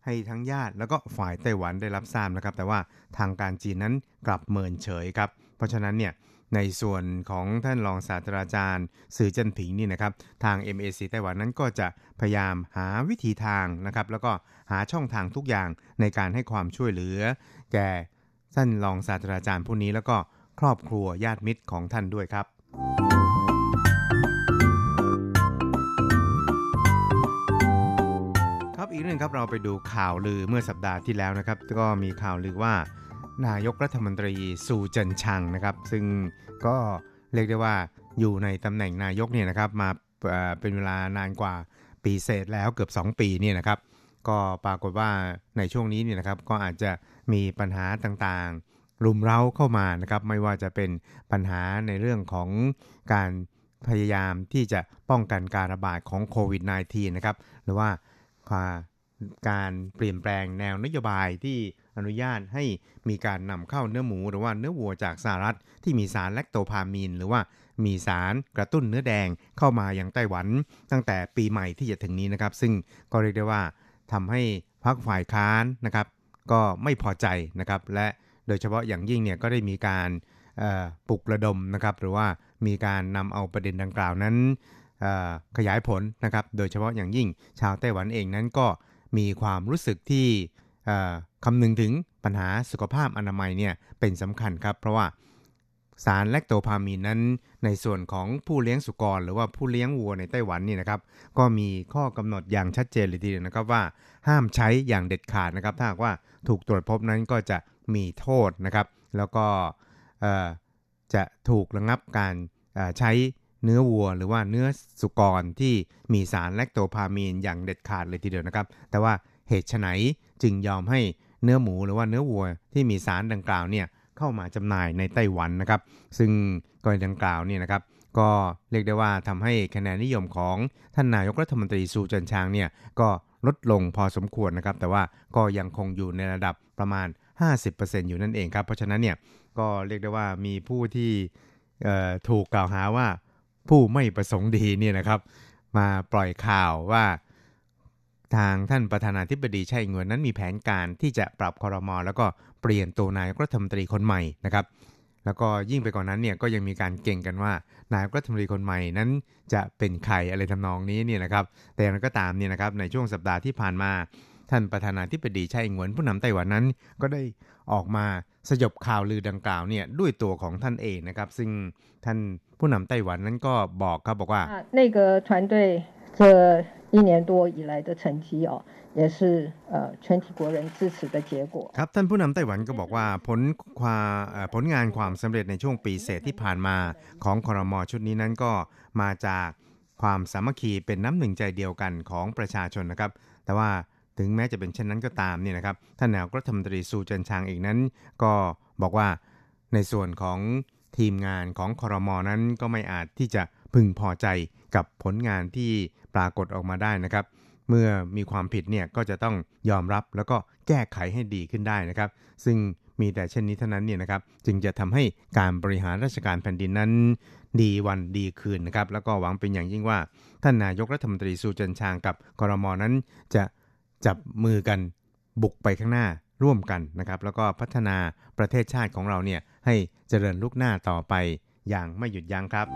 ให้ทั้งญาติแล้วก็ฝ่ายไต้หวันได้รับทราบนะครับแต่ว่าทางการจีนนั้นกลับเมินเฉยครับเพราะฉะนั้นเนี่ยในส่วนของท่านรองศาสตราจารย์สื่อเจิ้นผิงนี่นะครับทาง เอ็ม เอ ซี ไต้หวันนั้นก็จะพยายามหาวิธีทางนะครับแล้วก็หาช่องทางทุกอย่างในการให้ความช่วยเหลือแก่ท่านรองศาสตราจารย์ผู้นี้แล้วก็ครอบครัวญาติมิตรของท่านด้วยครับครับอีกเรื่องครับเราไปดูข่าวลือเมื่อสัปดาห์ที่แล้วนะครับก็มีข่าวลือว่านายกรัฐมนตรีซูเจินชังนะครับซึ่งก็เรียกได้ว่าอยู่ในตำแหน่งนายกเนี่ยนะครับมาเป็นเวลานานกว่าปีเศษแล้วเกือบสองปีเนี่ยนะครับก็ปรากฏว่าในช่วงนี้เนี่ยนะครับก็อาจจะมีปัญหาต่างๆรุมเร้าเข้ามานะครับไม่ว่าจะเป็นปัญหาในเรื่องของการพยายามที่จะป้องกันการระบาดของโควิด สิบเก้า นะครับหรือว่าการเปลี่ยนแปลงแนวนโยบายที่อนุญาตให้มีการนำเข้าเนื้อหมูหรือว่าเนื้อวัวจากสหรัฐที่มีสารแลคโตพามีนหรือว่ามีสารกระตุ้นเนื้อแดงเข้ามายังไต้หวันตั้งแต่ปีใหม่ที่จะถึงนี้นะครับซึ่งก็เรียกได้ว่าทำให้พรรคฝ่ายค้านนะครับก็ไม่พอใจนะครับและโดยเฉพาะอย่างยิ่งเนี่ยก็ได้มีการปลุกระดมนะครับหรือว่ามีการนำเอาประเด็นดังกล่าวนั้นขยายผลนะครับโดยเฉพาะอย่างยิ่งชาวไต้หวันเองนั้นก็มีความรู้สึกที่คำนึงถึงปัญหาสุขภาพอนามัยเนี่ยเป็นสำคัญครับเพราะว่าสารแลคโตพามีนนั้นในส่วนของผู้เลี้ยงสุกรหรือว่าผู้เลี้ยงวัวในไต้หวันนี่นะครับก็มีข้อกำหนดอย่างชัดเจนเลยทีเดียวนะครับว่าห้ามใช้อย่างเด็ดขาดนะครับถ้าหากว่าถูกตรวจพบนั้นก็จะมีโทษนะครับแล้วก็จะถูกระงับการใช้เนื้อวัวหรือว่าเนื้อสุกรที่มีสารแลคโตพามีนอย่างเด็ดขาดเลยทีเดียวนะครับแต่ว่าเหตุไฉนจึงยอมให้เนื้อหมูหรือว่าเนื้อวัวที่มีสารดังกล่าวเนี่ยเข้ามาจำหน่ายในไต้หวันนะครับซึ่งกรณีดังกล่าวเนี่ยนะครับก็เรียกได้ว่าทำให้คะแนนนิยมของท่านนายกรัฐมนตรีซูเจินชางเนี่ยก็ลดลงพอสมควรนะครับแต่ว่าก็ยังคงอยู่ในระดับประมาณ ห้าสิบเปอร์เซ็นต์ อยู่นั่นเองครับเพราะฉะนั้นเนี่ยก็เรียกได้ว่ามีผู้ที่ถูกกล่าวหาว่าผู้ไม่ประสงค์ดีเนี่ยนะครับมาปล่อยข่าวว่าทางท่านประธานาธิบดีไช่อิงเหวินนั้นมีแผนการที่จะปรับครม.แล้วก็เปลี่ยนตัวนายกรัฐมนตรีคนใหม่นะครับแล้วก็ยิ่งไปกว่านั้นเนี่ยก็ยังมีการเก่งกันว่านายกรัฐมนตรีคนใหม่นั้นจะเป็นใครอะไรทำนองนี้เนี่ยนะครับแต่อย่างไรก็ตามเนี่ยนะครับในช่วงสัปดาห์ที่ผ่านมาท่านประธานาธิบดีไช่อิงเหวินผู้นำไต้หวันนั้นก็ได้ออกมาสยบข่าวลือดังกล่าวเนี่ยด้วยตัวของท่านเองนะครับซึ่งท่านผู้นำไต้หวันนั้นก็บอกครับบอกว่า那个团队这一年多以来的成绩哦也是呃全体国人支持的结果ครับท่านผู้นำไต้หวันก็บอกว่าผลความผลงานความสำเร็จในช่วงปีเศษที่ผ่านมาของครม.ชุดนี้นั้นก็มาจากความสามัคคีเป็นน้ำหนึ่งใจเดียวกันของประชาชนนะครับแต่ว่าถึงแม้จะเป็นเช่นนั้นก็ตามเนี่ยนะครับท่านนายกรัฐมนตรีซูเจินชางเองนั้นก็บอกว่าในส่วนของทีมงานของครม.นั้นก็ไม่อาจที่จะพึงพอใจกับผลงานที่ปรากฏออกมาได้นะครับเมื่อมีความผิดเนี่ยก็จะต้องยอมรับแล้วก็แก้ไขให้ดีขึ้นได้นะครับซึ่งมีแต่เช่นนี้เท่านั้นเนี่ยนะครับจึงจะทำให้การบริหารราชการแผ่นดินนั้นดีวันดีคืนนะครับแล้วก็หวังเป็นอย่างยิ่งว่าท่านนายกรัฐมนตรีซูเจินชางกับครม.นั้นจะจับมือกันบุกไปข้างหน้าร่วมกันนะครับแล้วก็พัฒนาประเทศชาติของเราเนี่ยให้เจริญลุกหน้าต่อไปอย่างไม่หยุดยั้งครับ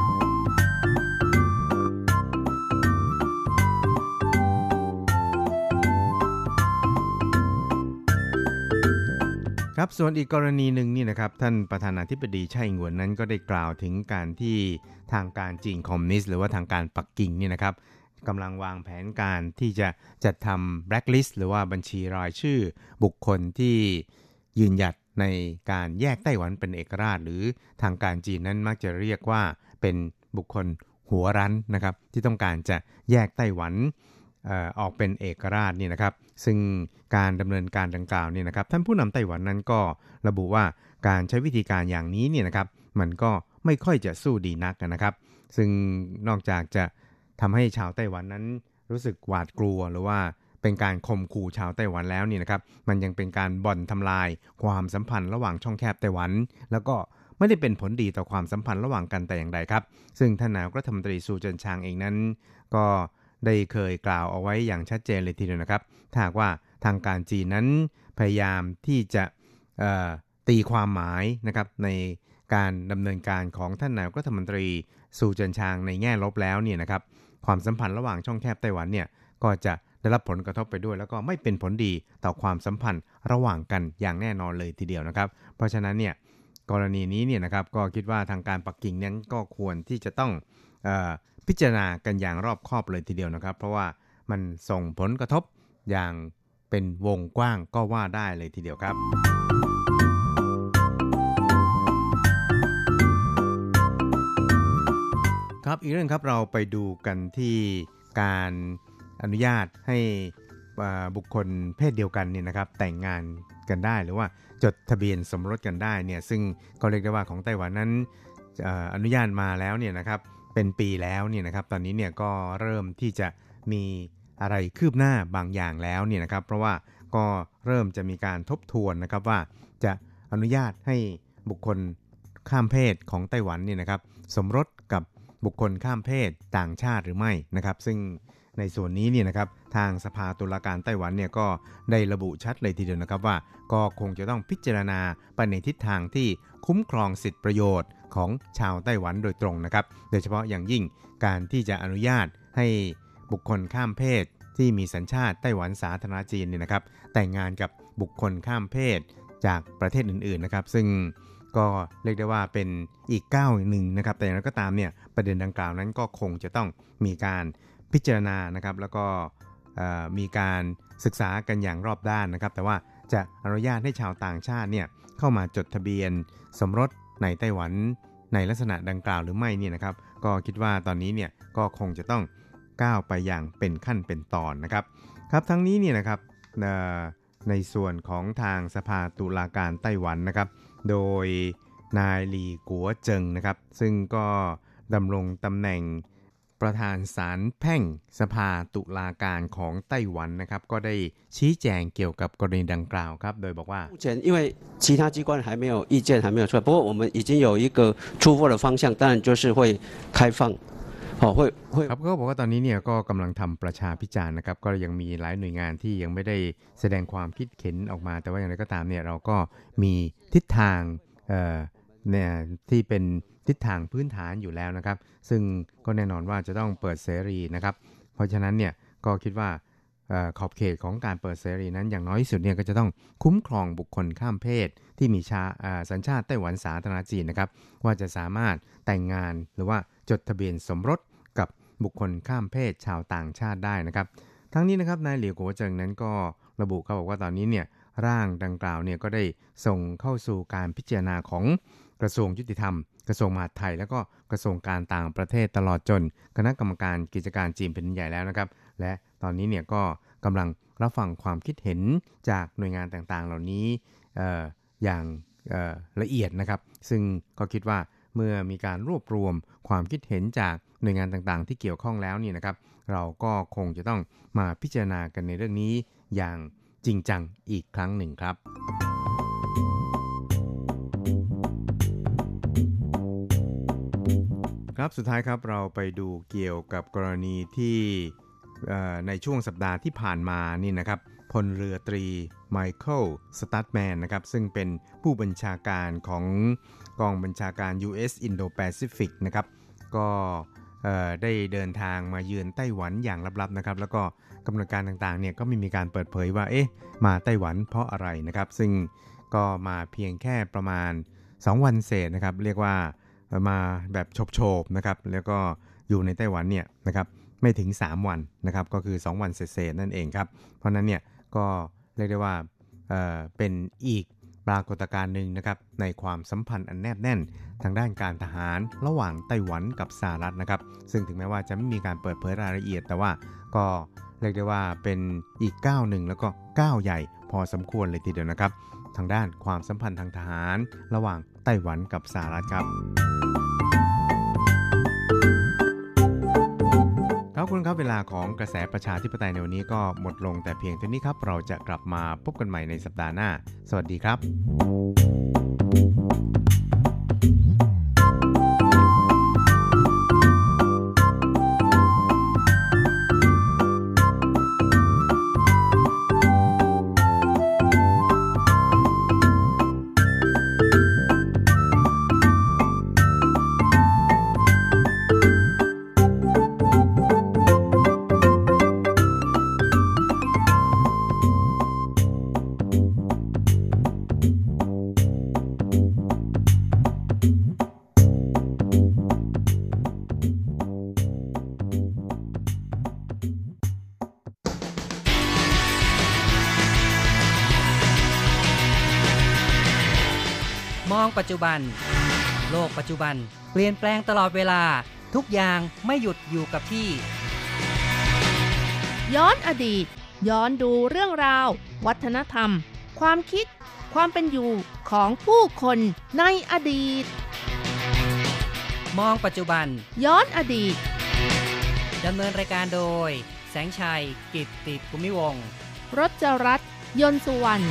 ครับส่วนอีกกรณีหนึ่งนี่นะครับท่านประธานาธิบดีไช่อิงเหวินนั้นก็ได้กล่าวถึงการที่ทางการจีนคอมมิวนิสต์หรือว่าทางการปักกิ่งนี่นะครับกำลังวางแผนการที่จะจัดทำแบล็คลิสต์หรือว่าบัญชีรายชื่อบุคคลที่ยืนหยัดในการแยกไต้หวันเป็นเอกราชหรือทางการจีนนั้นมักจะเรียกว่าเป็นบุคคลหัวรั้นนะครับที่ต้องการจะแยกไต้หวันเอ่อออกเป็นเอกราชนี่นะครับซึ่งการดำเนินการดังกล่าวนี่นะครับท่านผู้นำไต้หวันนั้นก็ระบุว่าการใช้วิธีการอย่างนี้เนี่ยนะครับมันก็ไม่ค่อยจะสู้ดีนักนะครับซึ่งนอกจากจะทำให้ชาวไต้หวันนั้นรู้สึกหวาดกลัวหรือว่าเป็นการข่มขู่ชาวไต้หวันแล้วนี่นะครับมันยังเป็นการบ่อนทำลายความสัมพันธ์ระหว่างช่องแคบไต้หวันแล้วก็ไม่ได้เป็นผลดีต่อความสัมพันธ์ระหว่างกันแต่อย่างใดครับซึ่งท่านนายกรัฐมนตรีซูเจินชางเองนั้นก็ได้เคยกล่าวเอาไว้อย่างชัดเจนเลยทีเดียวนะครับถ้าหากว่าทางการจีนนั้นพยายามที่จะตีความหมายนะครับในการดำเนินการของท่านนายกรัฐมนตรีซูเจินชางในแง่ลบแล้วเนี่ยนะครับความสัมพันธ์ระหว่างช่องแคบไต้หวันเนี่ยก็จะได้รับผลกระทบไปด้วยแล้วก็ไม่เป็นผลดีต่อความสัมพันธ์ระหว่างกันอย่างแน่นอนเลยทีเดียวนะครับเพราะฉะนั้นเนี่ยกรณีนี้เนี่ยนะครับก็คิดว่าทางการปักกิ่งนั้นก็ควรที่จะต้องเอ่อพิจารณากันอย่างรอบคอบเลยทีเดียวนะครับเพราะว่ามันส่งผลกระทบอย่างเป็นวงกว้างก็ว่าได้เลยทีเดียวครับครับอีกเรื่องครับเราไปดูกันที่การอนุญาตให้บุคคลเพศเดียวกันเนี่ยนะครับแต่งงานกันได้หรือว่าจดทะเบียนสมรสกันได้เนี่ยซึ่งก็เรียกได้ว่าของไต้หวันนั้นอนุญาตมาแล้วเนี่ยนะครับเป็นปีแล้วเนี่ยนะครับตอนนี้เนี่ยก็เริ่มที่จะมีอะไรคืบหน้าบางอย่างแล้วเนี่ยนะครับเพราะว่าก็เริ่มจะมีการทบทวนนะครับว่าจะอนุญาตให้บุคคลข้ามเพศของไต้หวันเนี่ยนะครับสมรสกับบุคคลข้ามเพศต่างชาติหรือไม่นะครับซึ่งในส่วนนี้เนี่ยนะครับทางสภาตุลาการไต้หวันเนี่ยก็ได้ระบุชัดเลยทีเดียวนะครับว่าก็คงจะต้องพิจารณาไปในทิศทางที่คุ้มครองสิทธิประโยชน์ของชาวไต้หวันโดยตรงนะครับโดยเฉพาะอย่างยิ่งการที่จะอนุญาตให้บุคคลข้ามเพศที่มีสัญชาติไต้หวันสาธารณจีนเนี่ยนะครับแต่งงานกับบุคคลข้ามเพศจากประเทศอื่นๆนะครับซึ่งก็เรียกได้ว่าเป็นอีกก้าวหนึ่งนะครับแต่อย่างไรก็ตามเนี่ยประเด็นดังกล่าวนั้นก็คงจะต้องมีการพิจารณานะครับแล้วก็มีการศึกษากันอย่างรอบด้านนะครับแต่ว่าจะอนุญาตให้ชาวต่างชาติเนี่ยเข้ามาจดทะเบียนสมรสในไต้หวันในลักษณะดังกล่าวหรือไม่เนี่ยนะครับก็คิดว่าตอนนี้เนี่ยก็คงจะต้องก้าวไปอย่างเป็นขั้นเป็นตอนนะครับครับทั้งนี้เนี่ยนะครับในส่วนของทางสภาตุลาการไต้หวันนะครับโดยนายหลี่กัวเจิงนะครับซึ่งก็ดำรงตำแหน่งประธานศาลแพ่งสภาตุลาการของไต้หวันนะครับก็ได้ชี้แจงเกี่ยวกับกรณีดังกล่าวครับโดยบอกว่า目前因为其他机关还没有意见还没有出来不过我们已经有一个出货的方向当然就是会开放ครับก็บอกว่าตอนนี้เนี่ยก็กำลังทำประชาพิจารณ์นะครับก็ยังมีหลายหน่วยงานที่ยังไม่ได้แสดงความคิดเห็นออกมาแต่ว่าอย่างไรก็ตามเนี่ยเราก็มีทิศทางเอ่อเนี่ยที่เป็นทิศทางพื้นฐานอยู่แล้วนะครับซึ่งก็แน่นอนว่าจะต้องเปิดเสรีนะครับเพราะฉะนั้นเนี่ยก็คิดว่าขอบเขตของการเปิดเสรีนั้นอย่างน้อยที่สุดเนี่ยก็จะต้องคุ้มครองบุคคลข้ามเพศที่มีชาสัญชาติไต้หวันสาธารณจีนนะครับว่าจะสามารถแต่งงานหรือว่าจดทะเบียนสมรสกับบุคคลข้ามเพศชาวต่างชาติได้นะครับทั้งนี้นะครับนายเหลียวกัวเจิงนั้นก็ระบุเขาบอกว่าตอนนี้เนี่ยร่างดังกล่าวเนี่ยก็ได้ส่งเข้าสู่การพิจารณาของกระทรวงยุติธรรมกระทรวงมหาดไทยแล้วก็กระทรวงการต่างประเทศตลอดจนคณะกรรมการกิจการจีนแผ่นดินใหญ่แล้วนะครับและตอนนี้เนี่ยก็กำลังรับฟังความคิดเห็นจากหน่วยงานต่างๆเหล่านี้ เอ่อ อย่างเอ่อละเอียดนะครับซึ่งก็คิดว่าเมื่อมีการรวบรวมความคิดเห็นจากหน่วยงานต่างๆที่เกี่ยวข้องแล้วนี่นะครับเราก็คงจะต้องมาพิจารณากันในเรื่องนี้อย่างจริงจังอีกครั้งหนึ่งครับครับสุดท้ายครับเราไปดูเกี่ยวกับกรณีที่ในช่วงสัปดาห์ที่ผ่านมานี่นะครับพลเรือตรีไมเคิลสตัตแมนนะครับซึ่งเป็นผู้บัญชาการของกองบัญชาการ ยู เอส Indo-Pacific นะครับก็ได้เดินทางมาเยือนไต้หวันอย่างลับๆนะครับแล้วก็กำหนดการต่างๆเนี่ยก็ไม่มีการเปิดเผยว่าเอ๊ะมาไต้หวันเพราะอะไรนะครับซึ่งก็มาเพียงแค่ประมาณสองวันเศษนะครับเรียกว่ามาแบบโฉบๆนะครับแล้วก็อยู่ในไต้หวันเนี่ยนะครับไม่ถึงสามวันนะครับก็คือสองวันเศษๆนั่นเองครับเพราะนั้นเนี่ยก็เรียกได้ว่า เอ่อ เป็นอีกปรากฏการณ์หนึ่งนะครับในความสัมพันธ์อันแนบแน่นทางด้านการทหารระหว่างไต้หวันกับสหรัฐนะครับซึ่งถึงแม้ว่าจะไม่มีการเปิดเผยรายละเอียดแต่ว่าก็เรียกได้ว่าเป็นอีกก้าวหนึ่งแล้วก็ก้าวใหญ่พอสมควรเลยทีเดียวนะครับทางด้านความสัมพันธ์ทางทหารระหว่างไต้หวันกับสหรัฐครับครับคุณครับเวลาของกระแสประชาธิปไตยในวันนี้ก็หมดลงแต่เพียงเท่านี้ครับเราจะกลับมาพบกันใหม่ในสัปดาห์หน้าสวัสดีครับปัจจุบันโลกปัจจุบันเปลี่ยนแปลงตลอดเวลาทุกอย่างไม่หยุดอยู่กับที่ย้อนอดีตย้อนดูเรื่องราววัฒนธรรมความคิดความเป็นอยู่ของผู้คนในอดีตมองปัจจุบันย้อนอดีตดำเนินรายการโดยแสงชัยกิตติภูมิวงศ์รจรัตน์ยนต์สุวรรณ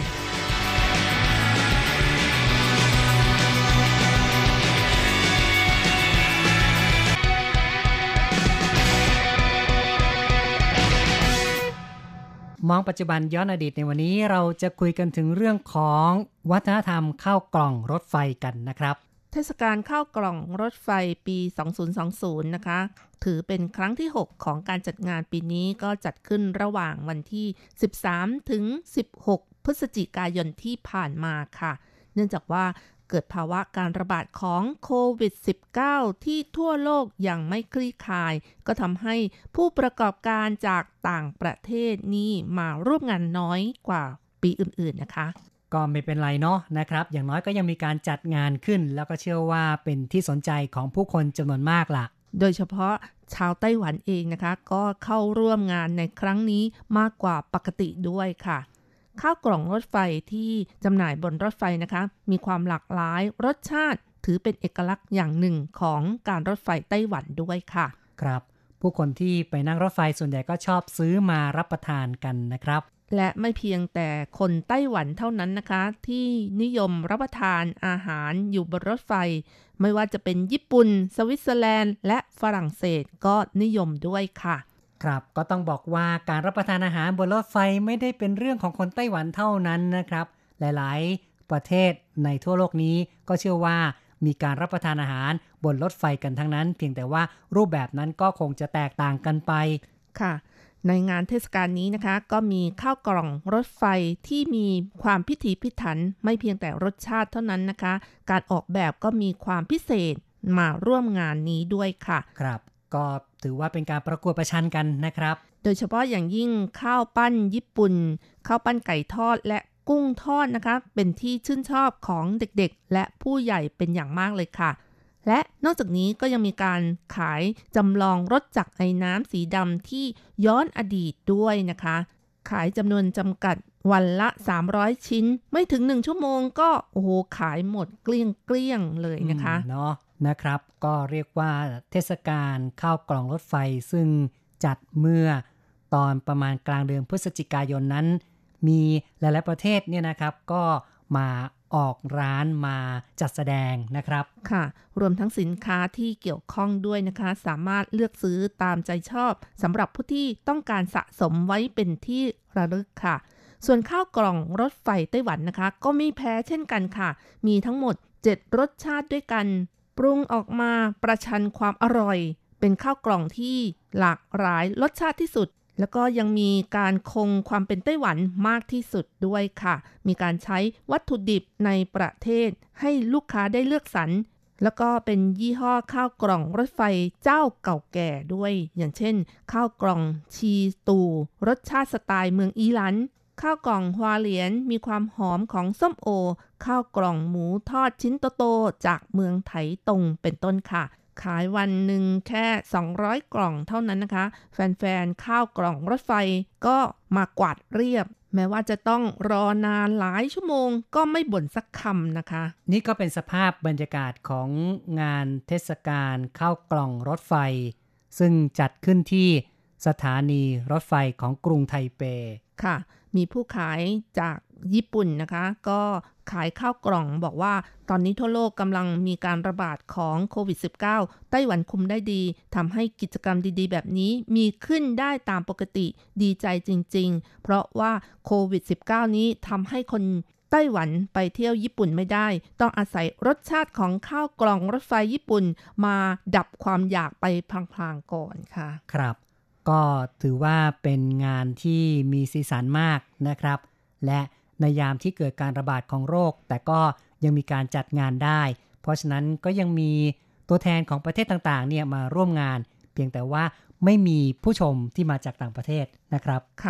มองปัจจุบันย้อนอดีตในวันนี้เราจะคุยกันถึงเรื่องของวัฒนธรรมข้าวกล่องรถไฟกันนะครับเทศกาลข้าวกล่องรถไฟปีสองพันยี่สิบนะคะถือเป็นครั้งที่หกของการจัดงานปีนี้ก็จัดขึ้นระหว่างวันที่สิบสามถึงสิบหกพฤศจิกายนที่ผ่านมาค่ะเนื่องจากว่าเกิดภาวะการระบาดของโควิด สิบเก้า ที่ทั่วโลกยังไม่คลี่คลายก็ทำให้ผู้ประกอบการจากต่างประเทศนี้มาร่วมงานน้อยกว่าปีอื่นๆนะคะก็ไม่เป็นไรเนาะนะครับอย่างน้อยก็ยังมีการจัดงานขึ้นแล้วก็เชื่อว่าเป็นที่สนใจของผู้คนจำนวนมากล่ะโดยเฉพาะชาวไต้หวันเองนะคะก็เข้าร่วมงานในครั้งนี้มากกว่าปกติด้วยค่ะข้าวกล่องรถไฟที่จำหน่ายบนรถไฟนะคะมีความหลากหลายรสชาติถือเป็นเอกลักษณ์อย่างหนึ่งของการรถไฟไต้หวันด้วยค่ะครับผู้คนที่ไปนั่งรถไฟส่วนใหญ่ก็ชอบซื้อมารับประทานกันนะครับและไม่เพียงแต่คนไต้หวันเท่านั้นนะคะที่นิยมรับประทานอาหารอยู่บนรถไฟไม่ว่าจะเป็นญี่ปุ่นสวิตเซอร์แลนด์และฝรั่งเศสก็นิยมด้วยค่ะครับก็ต้องบอกว่าการรับประทานอาหารบนรถไฟไม่ได้เป็นเรื่องของคนไต้หวันเท่านั้นนะครับหลายๆประเทศในทั่วโลกนี้ก็เชื่อว่ามีการรับประทานอาหารบนรถไฟกันทั้งนั้นเพียงแต่ว่ารูปแบบนั้นก็คงจะแตกต่างกันไปค่ะในงานเทศกาลนี้นะคะก็มีข้าวกล่องรถไฟที่มีความพิถีพิถันไม่เพียงแต่รสชาติเท่านั้นนะคะการออกแบบก็มีความพิเศษมาร่วมงานนี้ด้วยค่ะครับก็ถือว่าเป็นการประกวดประชันกันนะครับโดยเฉพาะอย่างยิ่งข้าวปั้นญี่ปุ่นข้าวปั้นไก่ทอดและกุ้งทอดนะคะเป็นที่ชื่นชอบของเด็กๆและผู้ใหญ่เป็นอย่างมากเลยค่ะและนอกจากนี้ก็ยังมีการขายจำลองรถจักรไอน้ำสีดำที่ย้อนอดีตด้วยนะคะขายจำนวนจำกัดวันละสามร้อยชิ้นไม่ถึงหนึ่งชั่วโมงก็โอ้โหขายหมดเกลี้ยงเกลี้ยงเลยนะคะเนาะนะครับก็เรียกว่าเทศกาลข้าวกล่องรถไฟซึ่งจัดเมื่อตอนประมาณกลางเดือนพฤศจิกายนนั้นมีหลายๆประเทศเนี่ยนะครับก็มาออกร้านมาจัดแสดงนะครับค่ะรวมทั้งสินค้าที่เกี่ยวข้องด้วยนะคะสามารถเลือกซื้อตามใจชอบสำหรับผู้ที่ต้องการสะสมไว้เป็นที่ระลึกค่ะส่วนข้าวกล่องรถไฟไต้หวันนะคะก็ไม่แพ้เช่นกันค่ะมีทั้งหมดเจ็ดรสชาติด้วยกันปรุงออกมาประชันความอร่อยเป็นข้าวกล่องที่หลากหลายรสชาติที่สุดแล้วก็ยังมีการคงความเป็นไต้หวันมากที่สุดด้วยค่ะมีการใช้วัตถุดิบในประเทศให้ลูกค้าได้เลือกสรรแล้วก็เป็นยี่ห้อข้าวกล่องรถไฟเจ้าเก่าแก่ด้วยอย่างเช่นข้าวกล่องชีตูรสชาติสไตล์เมืองอีหลันข้าวกล่องฮวาเหลียนมีความหอมของส้มโอข้าวกล่องหมูทอดชิ้นโตๆจากเมืองไถตงเป็นต้นค่ะขายวันหนึ่งแค่สองร้อยกล่องเท่านั้นนะคะแฟนๆข้าวกล่องรถไฟก็มากวาดเรียบแม้ว่าจะต้องรอนานหลายชั่วโมงก็ไม่บ่นสักคำนะคะนี่ก็เป็นสภาพบรรยากาศของงานเทศกาลข้าวกล่องรถไฟซึ่งจัดขึ้นที่สถานีรถไฟของกรุงไทเปค่ะมีผู้ขายจากญี่ปุ่นนะคะก็ขายข้าวกล่องบอกว่าตอนนี้ทั่วโลกกำลังมีการระบาดของโควิด สิบเก้า ไต้หวันคุมได้ดีทำให้กิจกรรมดีๆแบบนี้มีขึ้นได้ตามปกติดีใจจริงๆเพราะว่าโควิด สิบเก้า นี้ทำให้คนไต้หวันไปเที่ยวญี่ปุ่นไม่ได้ต้องอาศัยรสชาติของข้าวกล่องรถไฟญี่ปุ่นมาดับความอยากไปพลางๆก่อนค่ะครับก็ถือว่าเป็นงานที่มีสีสันมากนะครับและในยามที่เกิดการระบาดของโรคแต่ก็ยังมีการจัดงานได้เพราะฉะนั้นก็ยังมีตัวแทนของประเทศต่างๆเนี่ยมาร่วมงานเพียงแต่ว่าไม่มีผู้ชมที่มาจากต่างประเทศนะครับค่ะ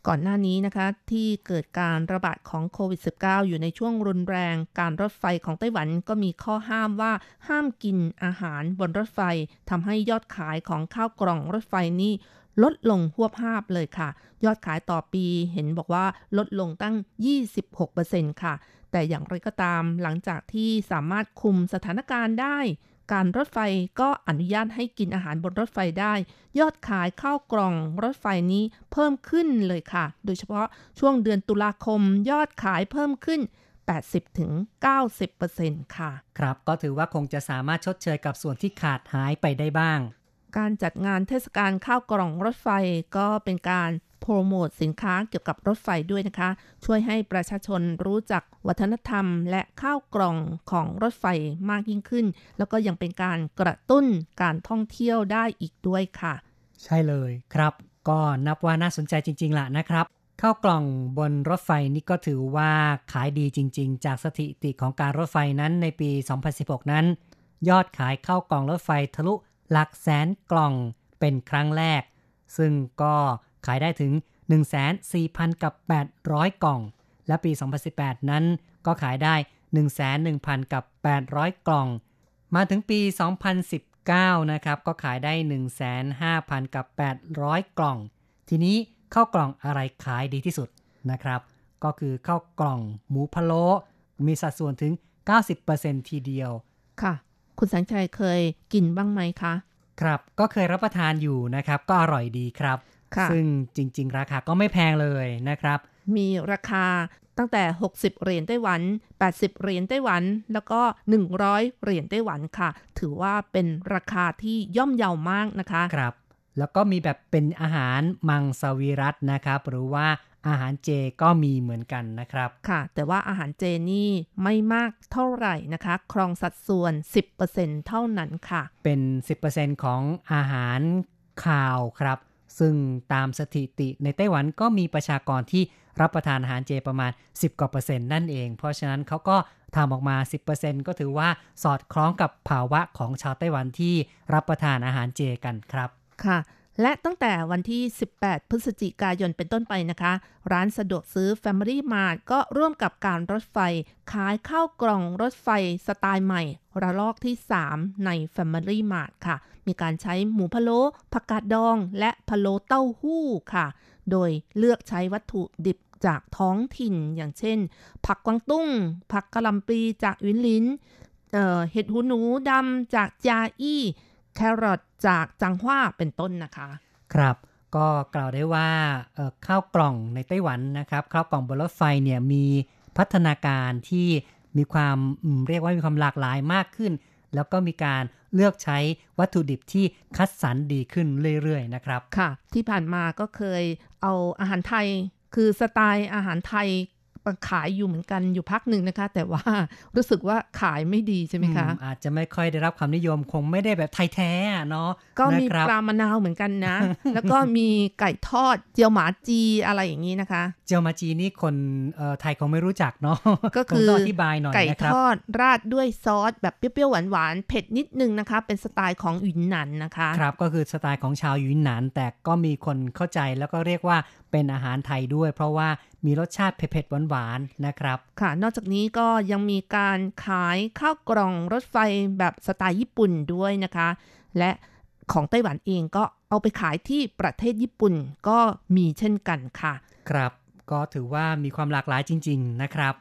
ก่อนหน้านี้นะคะที่เกิดการระบาดของโควิด สิบเก้า อยู่ในช่วงรุนแรงการรถไฟของไต้หวันก็มีข้อห้ามว่าห้ามกินอาหารบนรถไฟทำให้ยอดขายของข้าวกล่องรถไฟนี่ลดลงหวบภาพเลยค่ะยอดขายต่อปีเห็นบอกว่าลดลงตั้ง ยี่สิบหกเปอร์เซ็นต์ ค่ะแต่อย่างไรก็ตามหลังจากที่สามารถคุมสถานการณ์ได้การรถไฟก็อนุญาตให้กินอาหารบนรถไฟได้ยอดขายข้าวกล่องรถไฟนี้เพิ่มขึ้นเลยค่ะโดยเฉพาะช่วงเดือนตุลาคมยอดขายเพิ่มขึ้น แปดสิบถึงเก้าสิบเปอร์เซ็นต์ ค่ะครับก็ถือว่าคงจะสามารถชดเชยกับส่วนที่ขาดหายไปได้บ้างการจัดงานเทศกาลข้าวกล่องรถไฟก็เป็นการโปรโมทสินค้าเกี่ยวกับรถไฟด้วยนะคะช่วยให้ประชาชนรู้จักวัฒนธรรมและข้าวกล่องของรถไฟมากยิ่งขึ้นแล้วก็ยังเป็นการกระตุ้นการท่องเที่ยวได้อีกด้วยค่ะใช่เลยครับก็นับว่าน่าสนใจจริงๆล่ะนะครับข้าวกล่องบนรถไฟนี่ก็ถือว่าขายดีจริงๆจากสถิติของการรถไฟนั้นในปีสองพันสิบหกนั้นยอดขายข้าวกล่องรถไฟทะลุหลักแสนกล่องเป็นครั้งแรกซึ่งก็ขายได้ถึง หนึ่งแสนสี่พัน กับ แปดร้อย กล่องและปีสองพันสิบแปดนั้นก็ขายได้ หนึ่งแสนหนึ่งพัน กับ แปดร้อย กล่องมาถึงปีสองพันสิบเก้านะครับก็ขายได้ หนึ่งแสนห้าพัน กับ แปดร้อย กล่องทีนี้ข้าวกล่องอะไรขายดีที่สุดนะครับก็คือข้าวกล่องหมูพะโล้มีสัดส่วนถึง เก้าสิบเปอร์เซ็นต์ ทีเดียวค่ะคุณแสงชัยเคยกินบ้างไหมคะครับก็เคยรับประทานอยู่นะครับก็อร่อยดีครับซึ่งจริงๆราคาก็ไม่แพงเลยนะครับมีราคาตั้งแต่หกสิบเหรียญไต้หวันแปดสิบเหรียญไต้หวันแล้วก็หนึ่งร้อยเหรียญไต้หวันค่ะถือว่าเป็นราคาที่ย่อมเยาวมากนะคะครับแล้วก็มีแบบเป็นอาหารมังสวิรัตินะครับหรือว่าอาหารเจก็มีเหมือนกันนะครับค่ะแต่ว่าอาหารเจนี่ไม่มากเท่าไหร่นะคะครองสัดส่วน สิบเปอร์เซ็นต์ เท่านั้นค่ะเป็น สิบเปอร์เซ็นต์ ของอาหารคาวครับซึ่งตามสถิติในไต้หวันก็มีประชากรที่รับประทานอาหารเจประมาณสิบกว่าเปอร์เซ็นต์นั่นเองเพราะฉะนั้นเขาก็ทำออกมา สิบเปอร์เซ็นต์ ก็ถือว่าสอดคล้องกับภาวะของชาวไต้หวันที่รับประทานอาหารเจกันครับค่ะและตั้งแต่วันที่สิบแปดพฤศจิกายนเป็นต้นไปนะคะร้านสะดวกซื้อ Family Mart ก็ร่วมกับการรถไฟขายข้าวกล่องรถไฟสไตล์ใหม่ระลอกที่สามใน Family Mart ค่ะมีการใช้หมูพะโล้ผักกาดดองและพะโล้เต้าหู้ค่ะโดยเลือกใช้วัตถุดิบจากท้องถิ่นอย่างเช่นผักกวางตุ้งผักกะหล่ำปลีจากวินลินเอ่อเห็ดหูหนูดำจากจาอี้แครอทจากจังหว้าเป็นต้นนะคะครับก็กล่าวได้ว่าข้าวกล่องในไต้หวันนะครับข้าวกล่องบนรถไฟเนี่ยมีพัฒนาการที่มีความเรียกว่ามีความหลากหลายมากขึ้นแล้วก็มีการเลือกใช้วัตถุดิบที่คัดสรรดีขึ้นเรื่อยๆนะครับค่ะที่ผ่านมาก็เคยเอาอาหารไทยคือสไตล์อาหารไทยขายอยู่เหมือนกันอยู่พักหนึ่งนะคะแต่ว่ารู้สึกว่าขายไม่ดีใช่ไหมคะอ, อาจจะไม่ค่อยได้รับความนิยมคงไม่ได้แบบไทยแท้เนาะก็มีปลามะนาวเหมือนกันนะ แล้วก็มีไก่ทอดเจียวหมาจีอะไรอย่างนี้นะคะเจียวหมาจีนี่คนไทยคงไม่รู้จักเนาะก็คืออธิบายหน่อยไก่ทอดราดด้วยซอสแบบเปรี้ยวๆหวานๆเผ็ดนิดนึงนะคะเป็นสไตล์ของหยุนหนันนะคะครับก็คือสไตล์ของชาวหยุนหนันแต่ก็มีคนเข้าใจแล้วก็เรียกว่าเป็นอาหารไทยด้วยเพราะว่ามีรสชาติเผ็ดๆหวานๆนะครับค่ะนอกจากนี้ก็ยังมีการขายข้าวกล่องรถไฟแบบสไตล์ญี่ปุ่นด้วยนะคะและของไต้หวันเองก็เอาไปขายที่ประเทศญี่ปุ่นก็มีเช่นกันค่ะครับก็ถือว่ามีความหลากหลายจริงๆนะครับ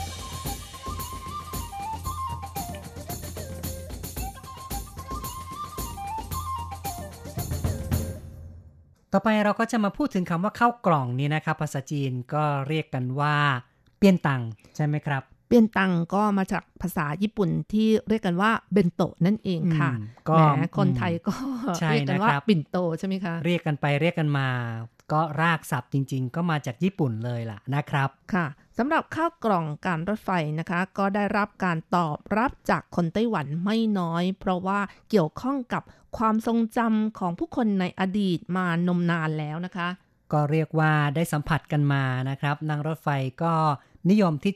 ต่อไปเราก็จะมาพูดถึงคำว่าข้าวกล่องนี้นะครับภาษาจีนก็เรียกกันว่าเปี้ยนตังใช่ไหมครับเปี้ยนตังก็มาจากภาษาญี่ปุ่นที่เรียกกันว่าเบนโตะนั่นเองค่ะแหมคนไทยก็เรียกกันว่าปิ่นโตใช่ไหมคะเรียกกันไปเรียกกันมาก็รากศัพท์จริงๆก็มาจากญี่ปุ่นเลยล่ะนะครับค่ะสำหรับข้าวกล่องการรถไฟนะคะก็ได้รับการตอบรับจากคนไต้หวันไม่น้อยเพราะว่าเกี่ยวข้องกับความทรงจำของผู้คนในอดีตมานมนานแล้วนะคะก็เรียกว่าได้สัมผัสกันมานะครับนั่งรถไฟก็นิยมที่จะ